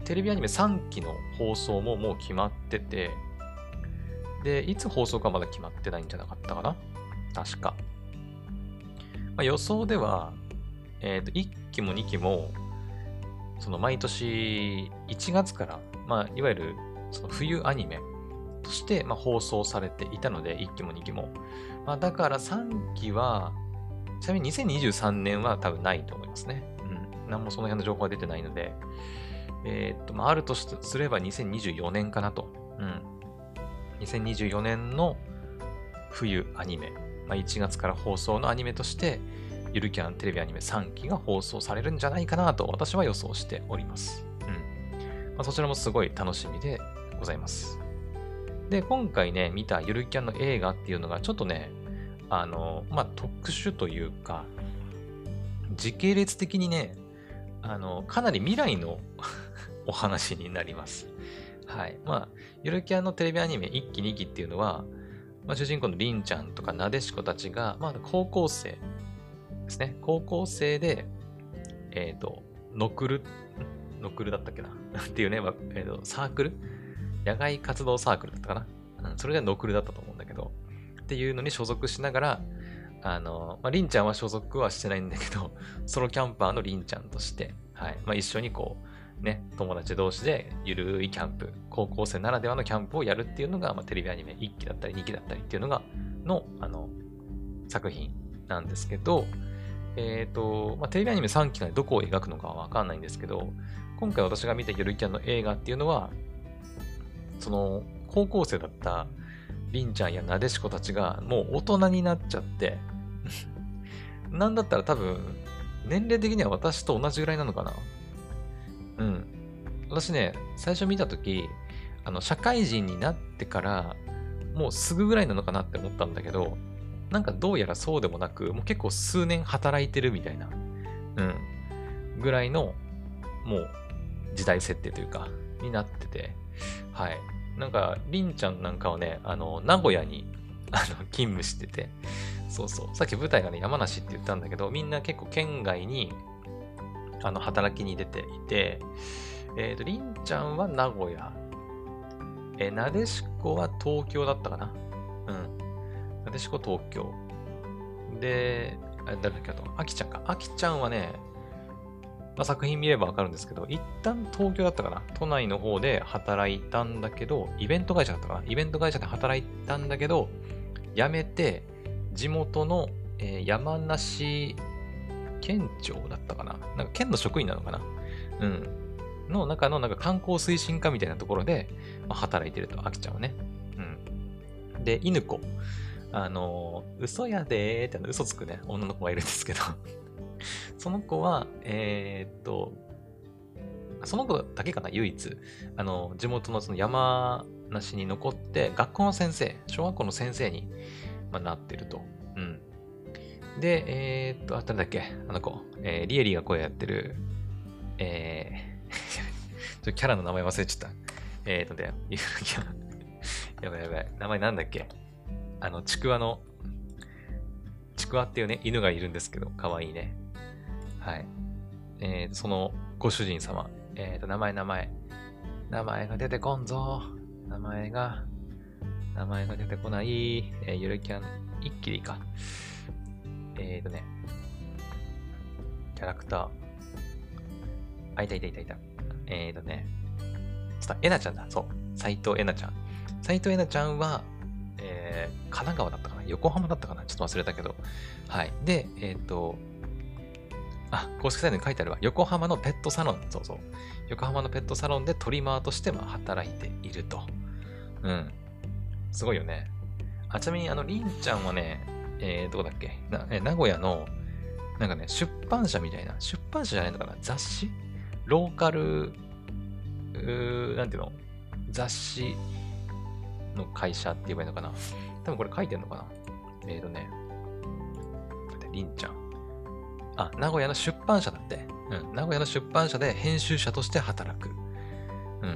テレビアニメさんきの放送ももう決まってて、で、いつ放送かまだ決まってないんじゃなかったかな確か。まあ、予想では、えっと、いっきもにきも、その毎年いちがつから、まあ、いわゆるその冬アニメとして、まあ、放送されていたので、いっきもにきも。まあ、だからさんきは、ちなみににせんにじゅうさんねんは多分ないと思いますね。うん。何もその辺の情報は出てないので、えー、っと、まあ、あるとすればにせんにじゅうよねんかなと。うん。にせんにじゅうよねんの冬アニメ。まあ、いちがつから放送のアニメとして、ゆるキャンテレビアニメさんきが放送されるんじゃないかなと私は予想しております。うん。まあ、そちらもすごい楽しみでございます。で、今回ね、見たゆるキャンの映画っていうのがちょっとね、あの、まあ、特殊というか、時系列的にね、あの、かなり未来のお話になります。はい。まあ、ゆるキャンのテレビアニメいっきにきっていうのは、まあ、主人公のりんちゃんとかなでしこたちが、まあ、高校生ですね。高校生で、えっ、ー、と、ノクル、ノクルだったっけなっていうね、まあえーと、サークル野外活動サークルだったかな、うん、それでノクルだったと思うんだけど、っていうのに所属しながら、あの、まあ、りんちゃんは所属はしてないんだけど、ソロキャンパーのりんちゃんとして、はい。まあ、一緒にこう、ね、友達同士でゆるいキャンプ、高校生ならではのキャンプをやるっていうのが、まあ、テレビアニメいっきだったりにきだったりっていうのが、の、あの、作品なんですけど、えっ、ー、と、まあ、テレビアニメさんきがどこを描くのかはわかんないんですけど、今回私が見たゆるキャンの映画っていうのは、その、高校生だったりんちゃんやなでしこたちがもう大人になっちゃって、なんだったら多分、年齢的には私と同じぐらいなのかな。うん。私ね、最初見たとき、あの、社会人になってから、もうすぐぐらいなのかなって思ったんだけど、なんかどうやらそうでもなく、もう結構数年働いてるみたいな、うん、ぐらいの、もう、時代設定というか、になってて、はい。なんか、りんちゃんなんかはね、あの、名古屋に、あの、勤務してて、そうそう。さっき舞台がね、山梨って言ったんだけど、みんな結構県外に、あの、働きに出ていて、えっと、りんちゃんは名古屋、えー、なでしこは東京だったかな。うん。なでしこ東京。で、あ誰だっけあと、あきちゃんか。あきちゃんはね、まあ、作品見ればわかるんですけど、一旦東京だったかな。都内の方で働いたんだけど、イベント会社だったかな。イベント会社で働いたんだけど、辞めて、地元の、えー、山梨県庁だったかな。なんか県の職員なのかな。うん。の中のなんか観光推進課みたいなところで、まあ、働いてると、あきちゃんはね。うん。で、犬子。あのー、嘘やでーって嘘つくね、女の子がいるんですけど、その子は、えー、っと、その子だけかな、唯一。あの、地元のその山梨に残って、学校の先生、小学校の先生に、まあ、なってると。うん。で、えー、っと、あ、誰だっけあの子。えー、リエリが声やってる、えー、ちょキャラの名前忘れちゃった。えー、っとね、やばいやばい。名前なんだっけあの、ちくわの、ちくわっていうね、犬がいるんですけど、かわいいね。はい。えー、そのご主人様。えーと、名前名前。名前が出てこんぞ。名前が、名前が出てこない。えー、ゆるキャン、一気でいいか。えーとね、キャラクター。あ、いたいたいたいた。えーとね、ちょっと、えなちゃんだ。そう。斎藤えなちゃん。斎藤えなちゃんは、えー、神奈川だったかな横浜だったかなちょっと忘れたけど。はい。で、えっ、ー、と、あ、公式サイトに書いてあるわ。横浜のペットサロン。そうそう。横浜のペットサロンでトリマーとしてまあ働いていると。うん。すごいよね。あ、ちなみに、あの、りんちゃんはね、えー、どこだっけな、え名古屋の、なんかね、出版社みたいな、出版社じゃないのかな雑誌ローカル、うー、なんていうの雑誌の会社って言えばいいのかな多分これ書いてんのかなえーとね、りんちゃん。あ、名古屋の出版社だって。うん。名古屋の出版社で編集者として働く。うん。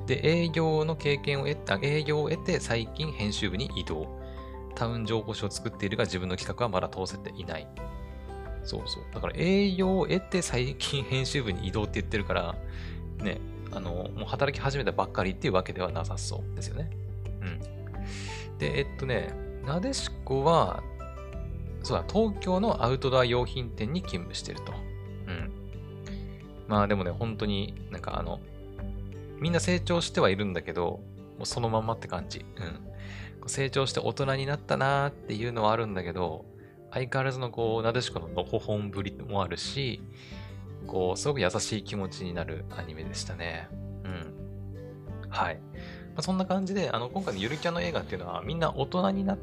で、営業の経験を得た、営業を得て最近編集部に移動。タウン情報誌を作っているが自分の企画はまだ通せていない。そうそう。だから営業を得て最近編集部に移動って言ってるから、ね、 あの、もう働き始めたばっかりっていうわけではなさそうですよね。うん。で、えっとね、なでしこは、そうだ、東京のアウトドア用品店に勤務してると。うん。まあでもね、本当になんかあの、みんな成長してはいるんだけど、もうそのまんまって感じ。うん。成長して大人になったなーっていうのはあるんだけど、相変わらずのこう、なでしこののほほんぶりもあるし、こう、すごく優しい気持ちになるアニメでしたね。うん。はい。まあ、そんな感じで、あの、今回のゆるキャンの映画っていうのは、みんな大人になった、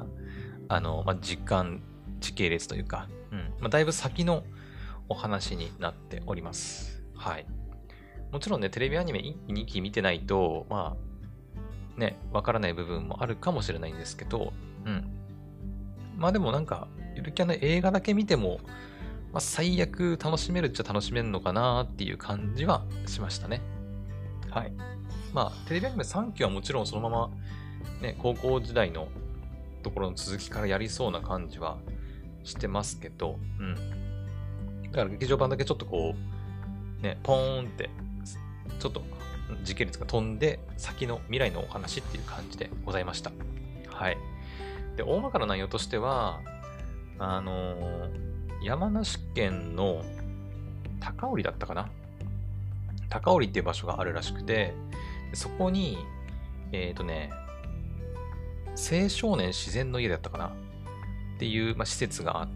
あの、まあ、時間、時系列というか、うん。まあ、だいぶ先のお話になっております。はい。もちろんね、テレビアニメいっきにき見てないと、まあ、ね、わからない部分もあるかもしれないんですけど、うん。まあでもなんか、ゆるキャンの映画だけ見ても、まあ、最悪楽しめるっちゃ楽しめるのかなっていう感じはしましたね。はい。まあ、テレビアニメさんきはもちろんそのまま、ね、高校時代のところの続きからやりそうな感じはしてますけど、うん。だから劇場版だけちょっとこう、ね、ポーンって、ちょっと時系列が飛んで、先の未来のお話っていう感じでございました。はい。で、大まかな内容としては、あのー山梨県の高織だったかな高織っていう場所があるらしくて、そこに、えっとね、青少年自然の家だったかなっていう、まあ、施設があって、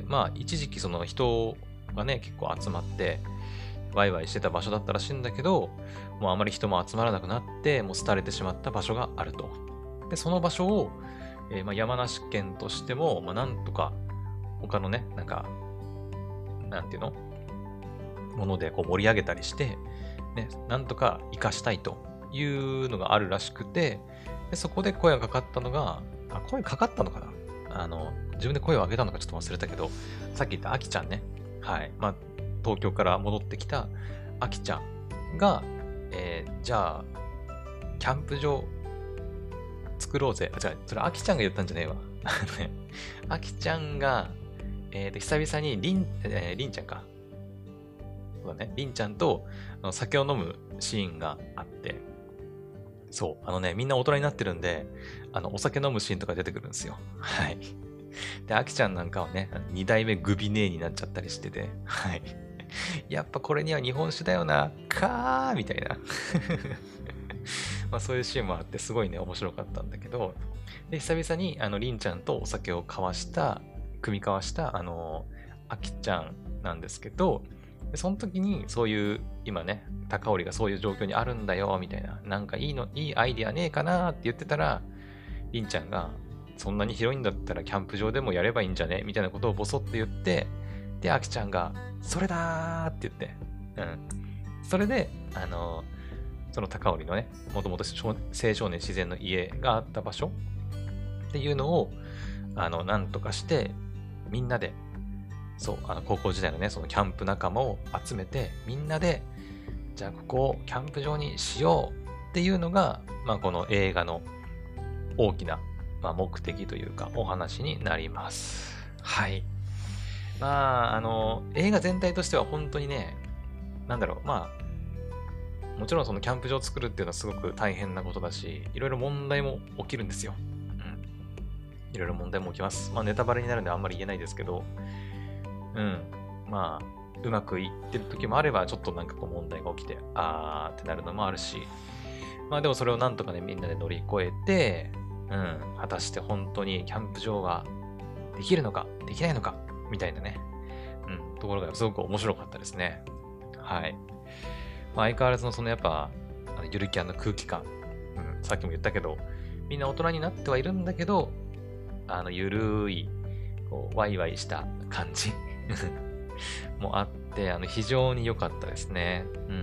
まあ、一時期その人がね、結構集まって、ワイワイしてた場所だったらしいんだけど、もうあまり人も集まらなくなって、もう廃れてしまった場所があると。で、その場所を、えーまあ、山梨県としても、まあ、なんとか他のね、なんか、なんていうのものでこう盛り上げたりして、ね、なんとか活かしたいというのがあるらしくて、でそこで声がかかったのが、あ、声かかったのかなあの、自分で声を上げたのかちょっと忘れたけど、さっき言ったあきちゃんね。はい。まあ、東京から戻ってきたあきちゃんが、えーじゃあ、キャンプ場作ろうぜ。あ、違う、それあきちゃんが言ったんじゃねえわ。あのね、あきちゃんが、えーと、久々にりん、えーりんちゃんか。そうだね。りんちゃんとあの酒を飲むシーンがあって、そう、あのね、みんな大人になってるんで、あの、お酒飲むシーンとか出てくるんですよ。はい。で、あきちゃんなんかはね、二代目グビネーになっちゃったりしてて、はい。やっぱこれには日本酒だよな、かーみたいな。まあそういうシーンもあって、すごいね、面白かったんだけど、で、久々に、あの、りんちゃんとお酒を交わした、組み交わした、あの、あきちゃんなんですけど、でその時に、そういう、今ね、高織がそういう状況にあるんだよ、みたいな、なんかいいの、いいアイディアねえかなって言ってたら、りんちゃんが、そんなに広いんだったらキャンプ場でもやればいいんじゃねみたいなことをボソッと言って、で、あきちゃんが、それだーって言って、うん。それで、あの、その高織のね、もともと青少年自然の家があった場所っていうのを、あの、なんとかして、みんなで、そう、あの、高校時代のね、そのキャンプ仲間を集めて、みんなで、じゃあここをキャンプ場にしようっていうのが、まあ、この映画の大きな、まあ、目的というか、お話になります。はい。まあ、あの、映画全体としては本当にね、なんだろう、まあ、もちろんそのキャンプ場を作るっていうのはすごく大変なことだし、いろいろ問題も起きるんですよ。うん。いろいろ問題も起きます。まあ、ネタバレになるんであんまり言えないですけど、うん。まあ、うまくいってる時もあれば、ちょっとなんかこう問題が起きて、あーってなるのもあるし、まあでもそれをなんとかね、みんなで乗り越えて、うん、果たして本当にキャンプ場ができるのか、できないのか、みたいなね、うん、ところがすごく面白かったですね。はい。まあ相変わらずのそのやっぱ、あのゆるキャンの空気感、うん、さっきも言ったけど、みんな大人になってはいるんだけど、あの、ゆるい、こう、ワイワイした感じもあって、あの、非常に良かったですね。うん。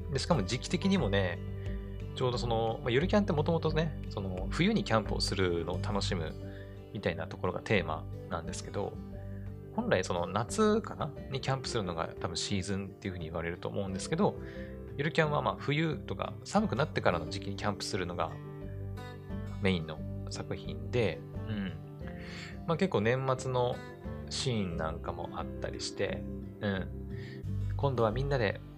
で、しかも時期的にもね、ちょうどその、まあ、ゆるキャンってもともとね、その、冬にキャンプをするのを楽しむみたいなところがテーマなんですけど、本来その夏かなにキャンプするのが多分シーズンっていう風に言われると思うんですけど、ゆるキャンはまあ冬とか寒くなってからの時期にキャンプするのがメインの作品で、うん。まあ結構年末のシーンなんかもあったりして、うん。今度はみんなで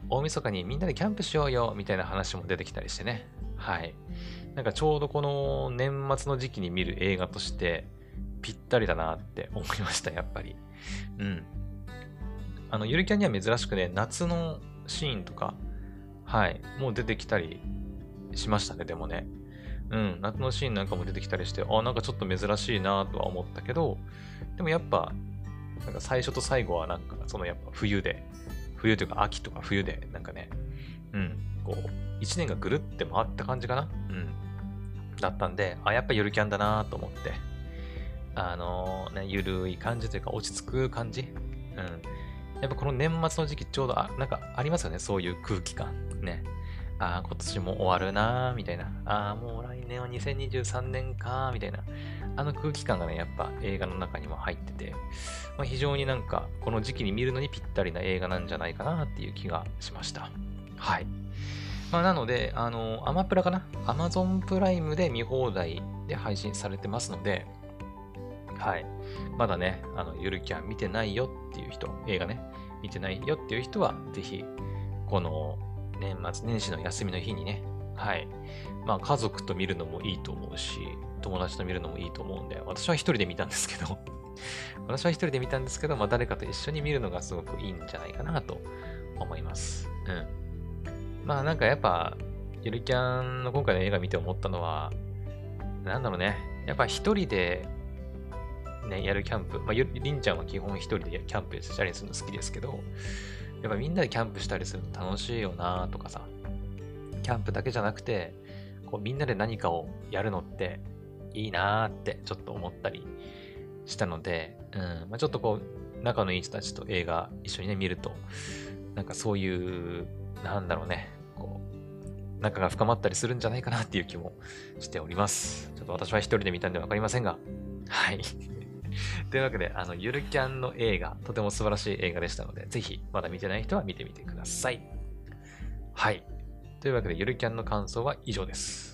大晦日にみんなでキャンプしようよみたいな話も出てきたりしてね。はい。なんかちょうどこの年末の時期に見る映画としてぴったりだなって思いました、やっぱり。うん。あの、ゆるキャンには珍しくね、夏のシーンとか、はい、もう出てきたりしましたね、でもね。うん、夏のシーンなんかも出てきたりして、あ、なんかちょっと珍しいなとは思ったけど、でもやっぱ、なんか最初と最後はなんか、そのやっぱ冬で、冬というか秋とか冬で、なんかね、うん、こう、一年がぐるって回った感じかな。うん。だったんで、あ、やっぱゆるキャンだなと思って、あのーね、ゆるい感じというか落ち着く感じ。うん。やっぱこの年末の時期ちょうど、あ、なんかありますよね、そういう空気感。ね。ああ、今年も終わるなーみたいな。ああ、もう来年はにせんにじゅうさんねんかーみたいな。あの空気感がね、やっぱ映画の中にも入ってて、まあ、非常になんかこの時期に見るのにぴったりな映画なんじゃないかなっていう気がしました。はい。まあ、なので、あの、アマプラかな ?Amazon プライムで見放題で配信されてますので、はい。まだね、あの、ゆるキャン見てないよっていう人、映画ね、見てないよっていう人は、ぜひ、この年末年始の休みの日にね、はい。まあ、家族と見るのもいいと思うし、友達と見るのもいいと思うんで、私は一人で見たんですけど、私は一人で見たんですけど、まあ、誰かと一緒に見るのがすごくいいんじゃないかなと思います。うん。まあ、なんかやっぱ、ゆるキャンの今回の映画見て思ったのは、なんだろうね。やっぱ一人で、ね、やるキャンプ。まあ、ゆりんちゃんは基本一人でキャンプしたりするの好きですけど、やっぱみんなでキャンプしたりするの楽しいよなとかさ、キャンプだけじゃなくて、こうみんなで何かをやるのっていいなーってちょっと思ったりしたので、うんまあ、ちょっとこう、仲のいい人たちと映画一緒にね、見ると、なんかそういう、なんだろうね、こう、仲が深まったりするんじゃないかなっていう気もしております。ちょっと私は一人で見たんでわかりませんが、はい。というわけで、あの、ゆるキャンの映画、とても素晴らしい映画でしたので、ぜひ、まだ見てない人は見てみてください。はい。というわけで、ゆるキャンの感想は以上です。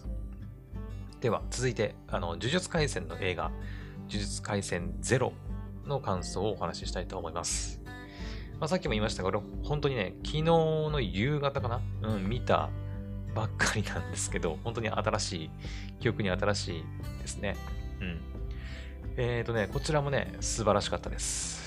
では、続いて、あの、呪術廻戦の映画、呪術廻戦ゼロの感想をお話ししたいと思います。まあ、さっきも言いましたが、俺、本当にね、昨日の夕方かなうん、見たばっかりなんですけど、本当に新しい、記憶に新しいですね。うん。えーとね、こちらもね、素晴らしかったです。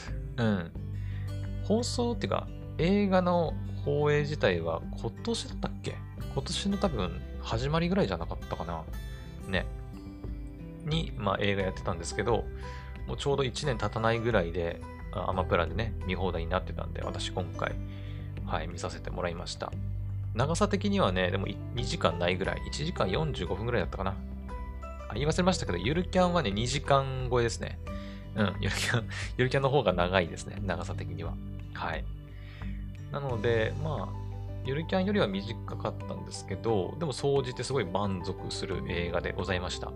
うん。放送っていうか、映画の放映自体は今年だったっけ今年の多分始まりぐらいじゃなかったかな。ね。に、まあ映画やってたんですけど、もうちょうどいちねん経たないぐらいで、アマプラでね、見放題になってたんで、私今回、はい、見させてもらいました。長さ的にはね、でもにじかんないぐらい、いちじかんよんじゅうごふんぐらいだったかな。あ、言い忘れましたけど、ゆるキャンはね、にじかん超えですね。うん、ゆるキャン、ゆるキャンの方が長いですね。長さ的には。はい。なので、まあ、ゆるキャンよりは短かったんですけど、でも総じてすごい満足する映画でございました。うん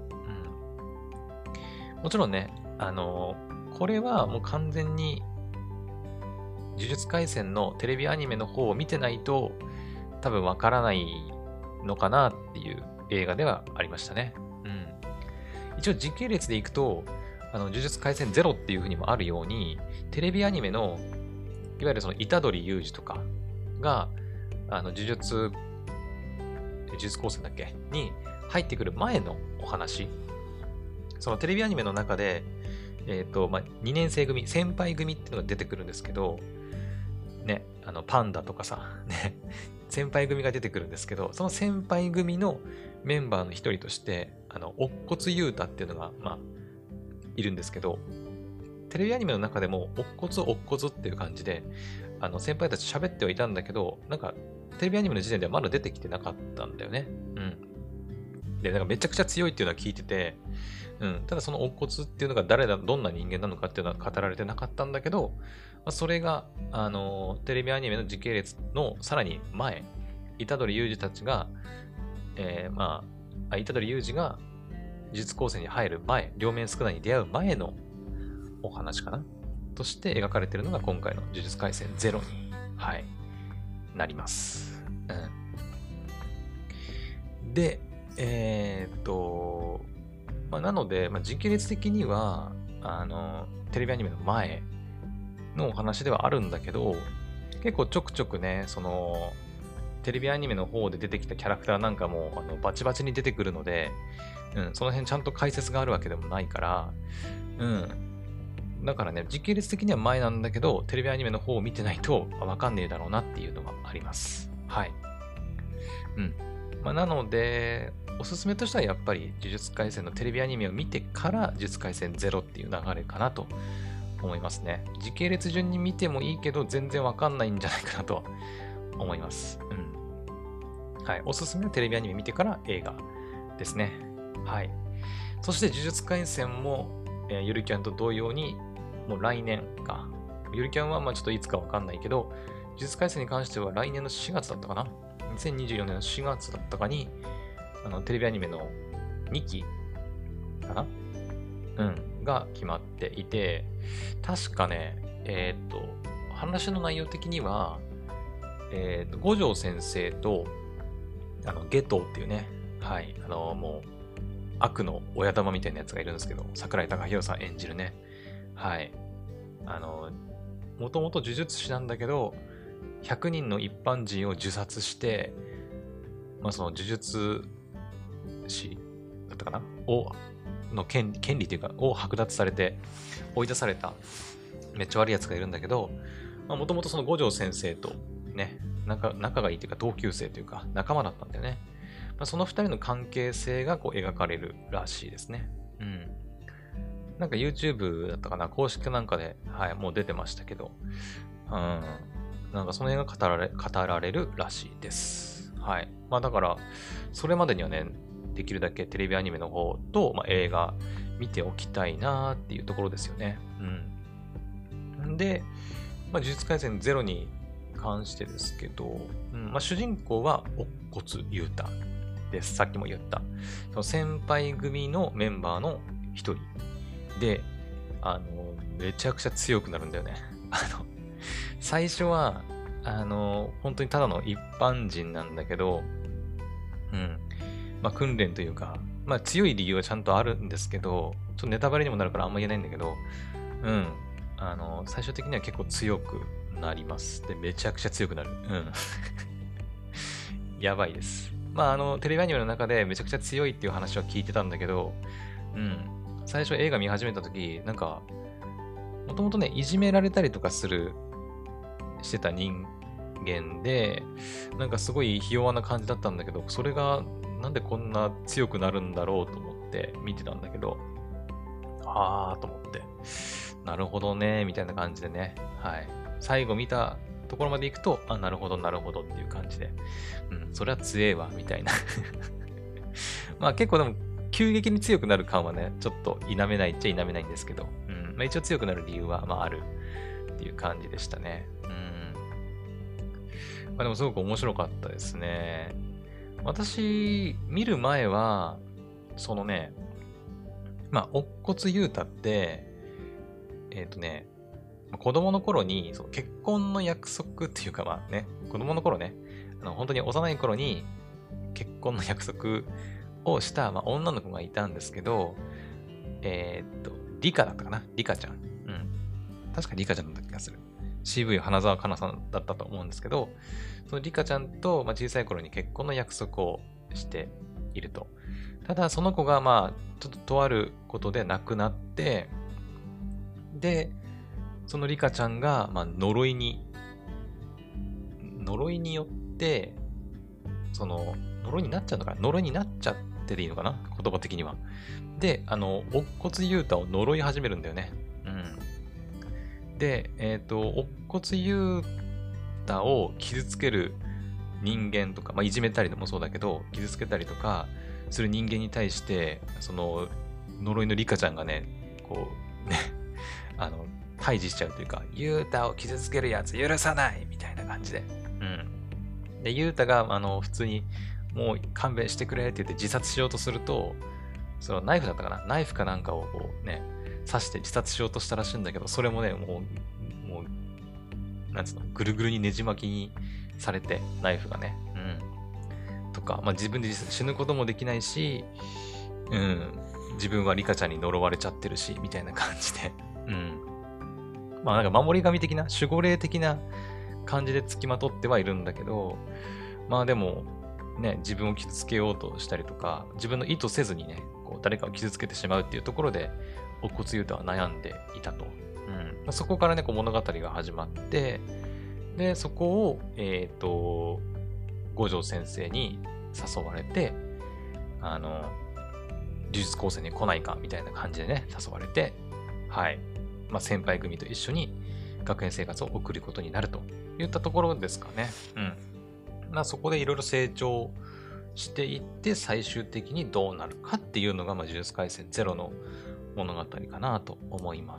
。もちろんね、あのー、これはもう完全に、呪術廻戦のテレビアニメの方を見てないと、多分わからないのかなっていう映画ではありましたね。うん。一応時系列でいくと、あの、呪術廻戦ゼロっていう風にもあるように、テレビアニメの、いわゆるその、虎杖裕二とかが、あの、呪術、呪術高専だっけに入ってくる前のお話。そのテレビアニメの中で、えっと、まあ、にねん生組、先輩組っていうのが出てくるんですけど、ね、あの、パンダとかさ、ね、先輩組が出てくるんですけど、その先輩組のメンバーの一人として、あの、乙骨雄太っていうのが、まあ、いるんですけど、テレビアニメの中でも、乙骨乙骨っていう感じで、あの、先輩たち喋ってはいたんだけど、なんか、テレビアニメの時点ではまだ出てきてなかったんだよね。うん。で、なんかめちゃくちゃ強いっていうのは聞いてて、うん。ただその乙骨っていうのが誰だ、どんな人間なのかっていうのは語られてなかったんだけど、まあ、それが、あのー、テレビアニメの時系列のさらに前、虎杖裕二たちが、えー、まあ、虎杖裕二が呪術高専に入る前、両面宿儺に出会う前のお話かなとして描かれているのが今回の呪術廻戦ゼロに、はい、なります。うん、で、えー、っと、まあ、なので、まあ、時系列的には、あの、テレビアニメの前のお話ではあるんだけど、 結構ちょくちょくね、その、テレビアニメの方で出てきたキャラクターなんかもあのバチバチに出てくるので、うん、その辺ちゃんと解説があるわけでもないから、うん。だからね、時系列的には前なんだけど、テレビアニメの方を見てないとわかんねえだろうなっていうのがあります。はい。うん。まあ、なので、おすすめとしてはやっぱり呪術廻戦のテレビアニメを見てから呪術廻戦ゼロっていう流れかなと思いますね。時系列順に見てもいいけど、全然わかんないんじゃないかなと思います。うん。はい。おすすめはテレビアニメ見てから映画ですね。はい。そして呪術廻戦も、えーゆるキャンと同様に、もう来年か。ゆるキャンはまあちょっといつかわかんないけど、呪術廻戦に関しては来年のしがつだったかな ?にせんにじゅうよねんのしがつだったかに、あのテレビアニメのにきかなうん。が決まっていて、確かね、えーっと、話の内容的には、えーっと、五条先生と、あの、ゲトウっていうね、はい、あの、もう、悪の親玉みたいなやつがいるんですけど、桜井貴弘さん演じるね。はい。あの、もともと呪術師なんだけど、ひゃくにんの一般人を受殺して、まあその呪術師だったかなを、の権利、権利というか、を剥奪されて、追い出された、めっちゃ悪いやつがいるんだけど、もともとその五条先生とね、仲、仲がいいというか同級生というか仲間だったんだよね。まあ、その二人の関係性がこう描かれるらしいですね。うん。なんか YouTube だったかな公式なんかで、はい、もう出てましたけど、うん。なんかその辺が語られ、語られるらしいです。はい。まあだから、それまでにはね、できるだけテレビアニメの方と、まあ、映画見ておきたいなーっていうところですよね。うん。で、まあ、呪術廻戦ゼロに関してですけど、うんまあ、主人公は乙骨憂太です。さっきも言った。その先輩組のメンバーの一人で、あの、めちゃくちゃ強くなるんだよね。あの、最初は、あの、本当にただの一般人なんだけど、うん。まあ、訓練というか、まあ、強い理由はちゃんとあるんですけど、ちょっとネタバレにもなるからあんま言えないんだけど、うん。あの、最終的には結構強くなります。で、めちゃくちゃ強くなる。うん。やばいです。まあ、あの、テレビアニメの中でめちゃくちゃ強いっていう話は聞いてたんだけど、うん。最初映画見始めた時、なんか、もともとね、いじめられたりとかする、してた人間で、なんかすごいひ弱な感じだったんだけど、それがなんでこんな強くなるんだろうと思って見てたんだけど、あーと思って、なるほどね、みたいな感じでね、はい。最後見たところまで行くと、あ、なるほど、なるほどっていう感じで、うん、それは強えわ、みたいな。まあ結構でも、急激に強くなる感はね、ちょっと否めないっちゃ否めないんですけど、うん、まあ一応強くなる理由は、まああるっていう感じでしたね。うん。まあでもすごく面白かったですね。私、見る前は、そのね、まあ、乙骨憂太って、えっとね、まあ子供の頃に、その結婚の約束っていうかまあね、子供の頃ね、あの本当に幼い頃に結婚の約束をした、まあ、女の子がいたんですけど、えーっと、リカだったかなリカちゃん。うん。確かリカちゃんだった気がする。シーブイ 花澤香菜さんだったと思うんですけど、そのリカちゃんと、まあ、小さい頃に結婚の約束をしていると。ただ、その子が、まあ、ちょっととあることで亡くなって、で、そのリカちゃんが、まあ、呪いに、呪いによって、その、呪いになっちゃうのかな呪いになっちゃってでいいのかな言葉的には。で、あの、乙骨憂太を呪い始めるんだよね。うん。で、えっと、乙骨憂太を傷つける人間とか、まあ、いじめたりでもそうだけど、傷つけたりとかする人間に対して、その、呪いのリカちゃんがね、こう、ね、あの、退治しちゃうというか、ユータを傷つけるやつ許さないみたいな感じで。うん。で、ユータが、あの、普通に、もう勘弁してくれって言って自殺しようとすると、そのナイフだったかなナイフかなんかをこうね、刺して自殺しようとしたらしいんだけど、それもね、もう、もう、なんつうの、ぐるぐるにねじ巻きにされて、ナイフがね。うん。とか、まあ自分で死ぬこともできないし、うん。自分はリカちゃんに呪われちゃってるし、みたいな感じで。うん。まあなんか守り神的な、守護霊的な感じで付きまとってはいるんだけど、まあでも、ね、自分を傷つけようとしたりとか、自分の意図せずにね、こう誰かを傷つけてしまうっていうところで、乙骨憂太は悩んでいたと。うんまあ、そこからね、こう物語が始まって、で、そこを、えっと、五条先生に誘われて、あの、呪術高専に来ないかみたいな感じでね、誘われて、はい。まあ、先輩組と一緒に学園生活を送ることになるといったところですかね。うん。まあ、そこでいろいろ成長していって、最終的にどうなるかっていうのが、まあ、呪術廻戦ゼロの物語かなと思います。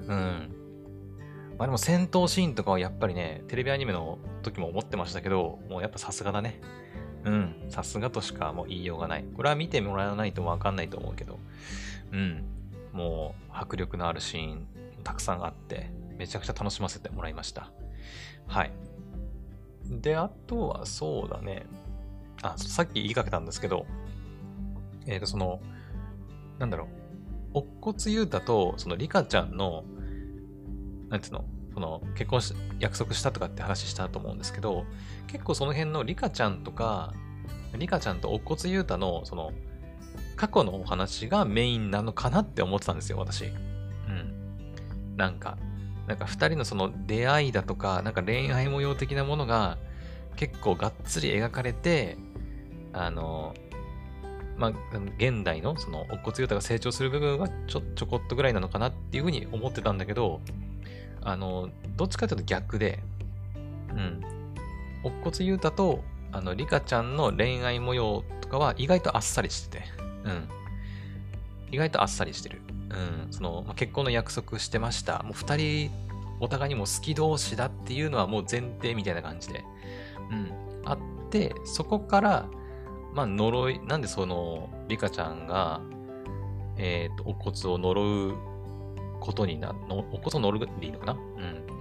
うん。まあでも戦闘シーンとかはやっぱりね、テレビアニメの時も思ってましたけど、もうやっぱさすがだね。うん。さすがとしかもう言いようがない。これは見てもらわないとわかんないと思うけど、うん。もう迫力のあるシーンたくさんあって、めちゃくちゃ楽しませてもらいました。はい。で、あとはそうだね。あ、さっき言いかけたんですけど、えっと、その、なんだろう。乙骨憂太と、そのリカちゃんの、なんつうの、その、結婚し、約束したとかって話したと思うんですけど、結構その辺のリカちゃんとか、リカちゃんと乙骨憂太の、その、過去のお話がメインなのかなって思ってたんですよ、私。うん。なんか、なんか二人のその出会いだとか、なんか恋愛模様的なものが結構がっつり描かれて、あの、まあ、現代のその乙骨憂太が成長する部分はちょ、ちょこっとぐらいなのかなっていうふうに思ってたんだけど、あの、どっちかというと逆で、うん。乙骨憂太と、あの、リカちゃんの恋愛模様とかは意外とあっさりしてて、うん。意外とあっさりしてる。うん。その、まあ、結婚の約束してました。もう二人、お互いにも好き同士だっていうのはもう前提みたいな感じで、うん。あって、そこから、まあ、呪い、なんでその、リカちゃんが、えっと、お骨を呪うことにな、のお骨を呪うでいいのかなうん。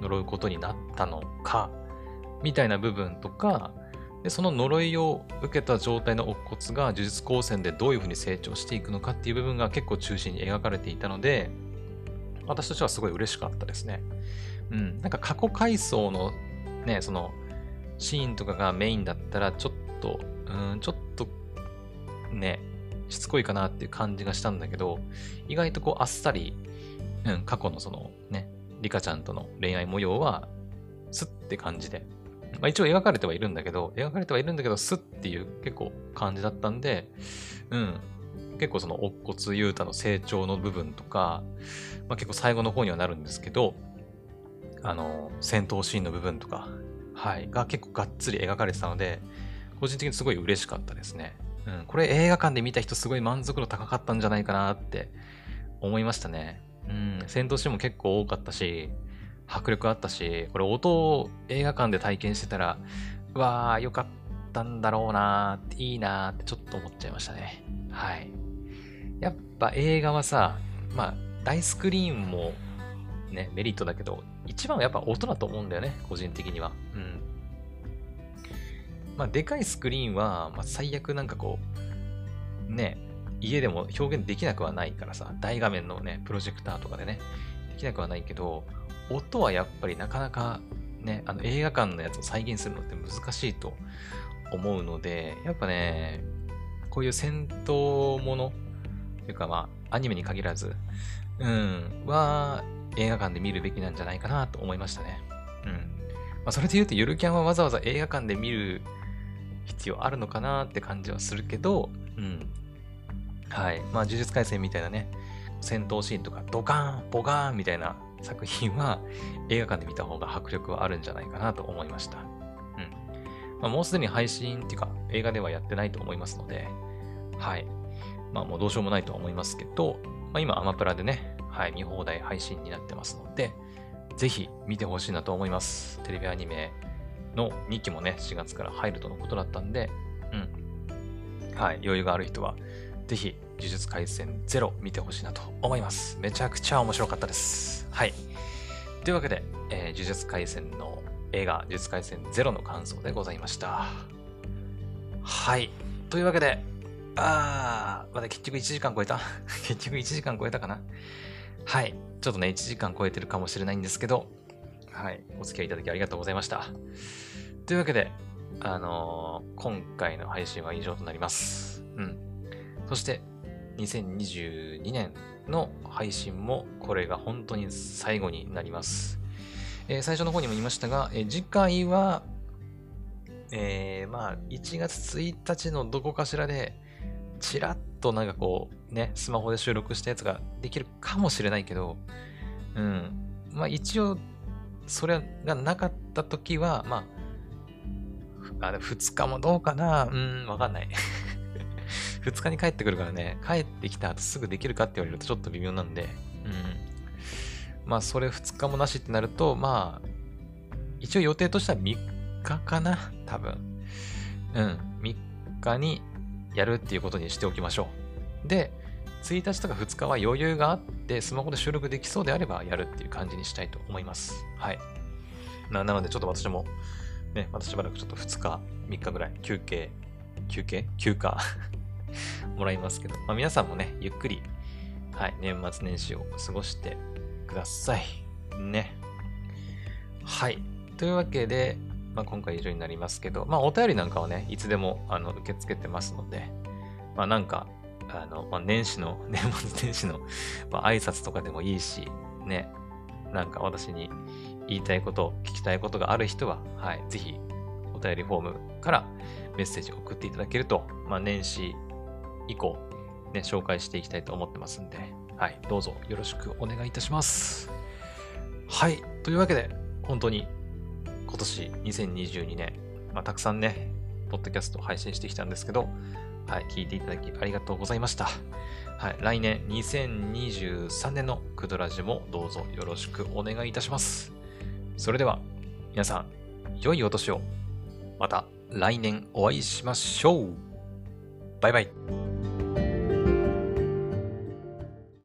呪うことになったのか、みたいな部分とか、で、その呪いを受けた状態の乙骨が呪術高専でどういうふうに成長していくのかっていう部分が結構中心に描かれていたので、私としてはすごい嬉しかったですね。うん。なんか過去回想のね、その、シーンとかがメインだったら、ちょっと、うん、ちょっと、ね、しつこいかなっていう感じがしたんだけど、意外とこう、あっさり、うん、過去のそのね、リカちゃんとの恋愛模様は、スッって感じで、まあ一応描かれてはいるんだけど、描かれてはいるんだけど、スッっていう結構感じだったんで、うん、結構その乙骨憂太の成長の部分とか、まあ結構最後の方にはなるんですけど、あの、戦闘シーンの部分とか、はい、が結構がっつり描かれてたので、個人的にすごい嬉しかったですね。うん、これ映画館で見た人すごい満足度高かったんじゃないかなって思いましたね。うん、戦闘シーンも結構多かったし、迫力あったし、これ音を映画館で体験してたら、うわー、よかったんだろうなー、いいなーってちょっと思っちゃいましたね。はい。やっぱ映画はさ、まあ、大スクリーンもね、メリットだけど、一番はやっぱ音だと思うんだよね、個人的には。うん。まあ、でかいスクリーンは、まあ、最悪なんかこう、ね、家でも表現できなくはないからさ、大画面のね、プロジェクターとかでね、できなくはないけど、音はやっぱりなかなかね、あの映画館のやつを再現するのって難しいと思うので、やっぱね、こういう戦闘ものというかまあ、アニメに限らず、うん、は映画館で見るべきなんじゃないかなと思いましたね。うん。まあ、それで言うと、ゆるキャンはわざわざ映画館で見る必要あるのかなって感じはするけど、うん。はい。まあ、呪術廻戦みたいなね、戦闘シーンとか、ドカーン、ボカーンみたいな作品は映画館で見た方が迫力はあるんじゃないかなと思いました。うん。まあ、もうすでに配信っていうか、映画ではやってないと思いますので、はい。まあ、もうどうしようもないとは思いますけど、まあ、今、アマプラでね、はい、見放題配信になってますので、ぜひ見てほしいなと思います。テレビアニメのにきもね、しがつから入るとのことだったんで、うん。はい、余裕がある人は、ぜひ、呪術廻戦ゼロ見てほしいなと思います。めちゃくちゃ面白かったです。はい。というわけで、えー、呪術廻戦の映画、呪術廻戦ゼロの感想でございました。はい。というわけで、あー、まだ結局いちじかん超えた結局いちじかん超えたかなはい。ちょっとね、いちじかん超えてるかもしれないんですけど、 はい。お付き合いいただきありがとうございました。というわけで、あのー今回の配信は以上となります。うん。そして、にせんにじゅうにねんの配信も、これが本当に最後になります。えー最初の方にも言いましたが、えー次回は、えーまあ、いちがつついたちのどこかしらで、ちらっとなんかこう、ね、スマホで収録したやつができるかもしれないけど、うん。まあ一応、それがなかったときは、まあ、あれふつかもどうかなうん、わかんない。ふつかに帰ってくるからね、帰ってきた後すぐできるかって言われるとちょっと微妙なんで、うん。まあ、それふつかもなしってなると、まあ、一応予定としてはみっかかな多分。うん。みっかにやるっていうことにしておきましょう。で、ついたちとかふつかは余裕があって、スマホで収録できそうであればやるっていう感じにしたいと思います。はい。ななので、ちょっと私も、ね、またしばらくちょっとふつか、みっかぐらい休憩、休憩休暇もらいますけど、まあ、皆さんもね、ゆっくり、はい、年末年始を過ごしてください。ね。はい。というわけで、まあ、今回以上になりますけど、まあ、お便りなんかはね、いつでもあの受け付けてますので、まあ、なんか、あの、まあ、年始の、年末年始の、まあ、挨拶とかでもいいし、ね、なんか私に言いたいこと、聞きたいことがある人は、はい、ぜひ、お便りフォームからメッセージを送っていただけると、まあ、年始以降、ね、紹介していきたいと思ってますんで、はい、どうぞよろしくお願いいたします。はい、というわけで、本当に今年にせんにじゅうにねん、まあ、たくさんね、ポッドキャストを配信してきたんですけど、はい、聞いていただきありがとうございました。はい、来年にせんにじゅうさんねんのクドラジもどうぞよろしくお願いいたします。それでは、皆さん、良いお年を。また来年お会いしましょう。バイバイ。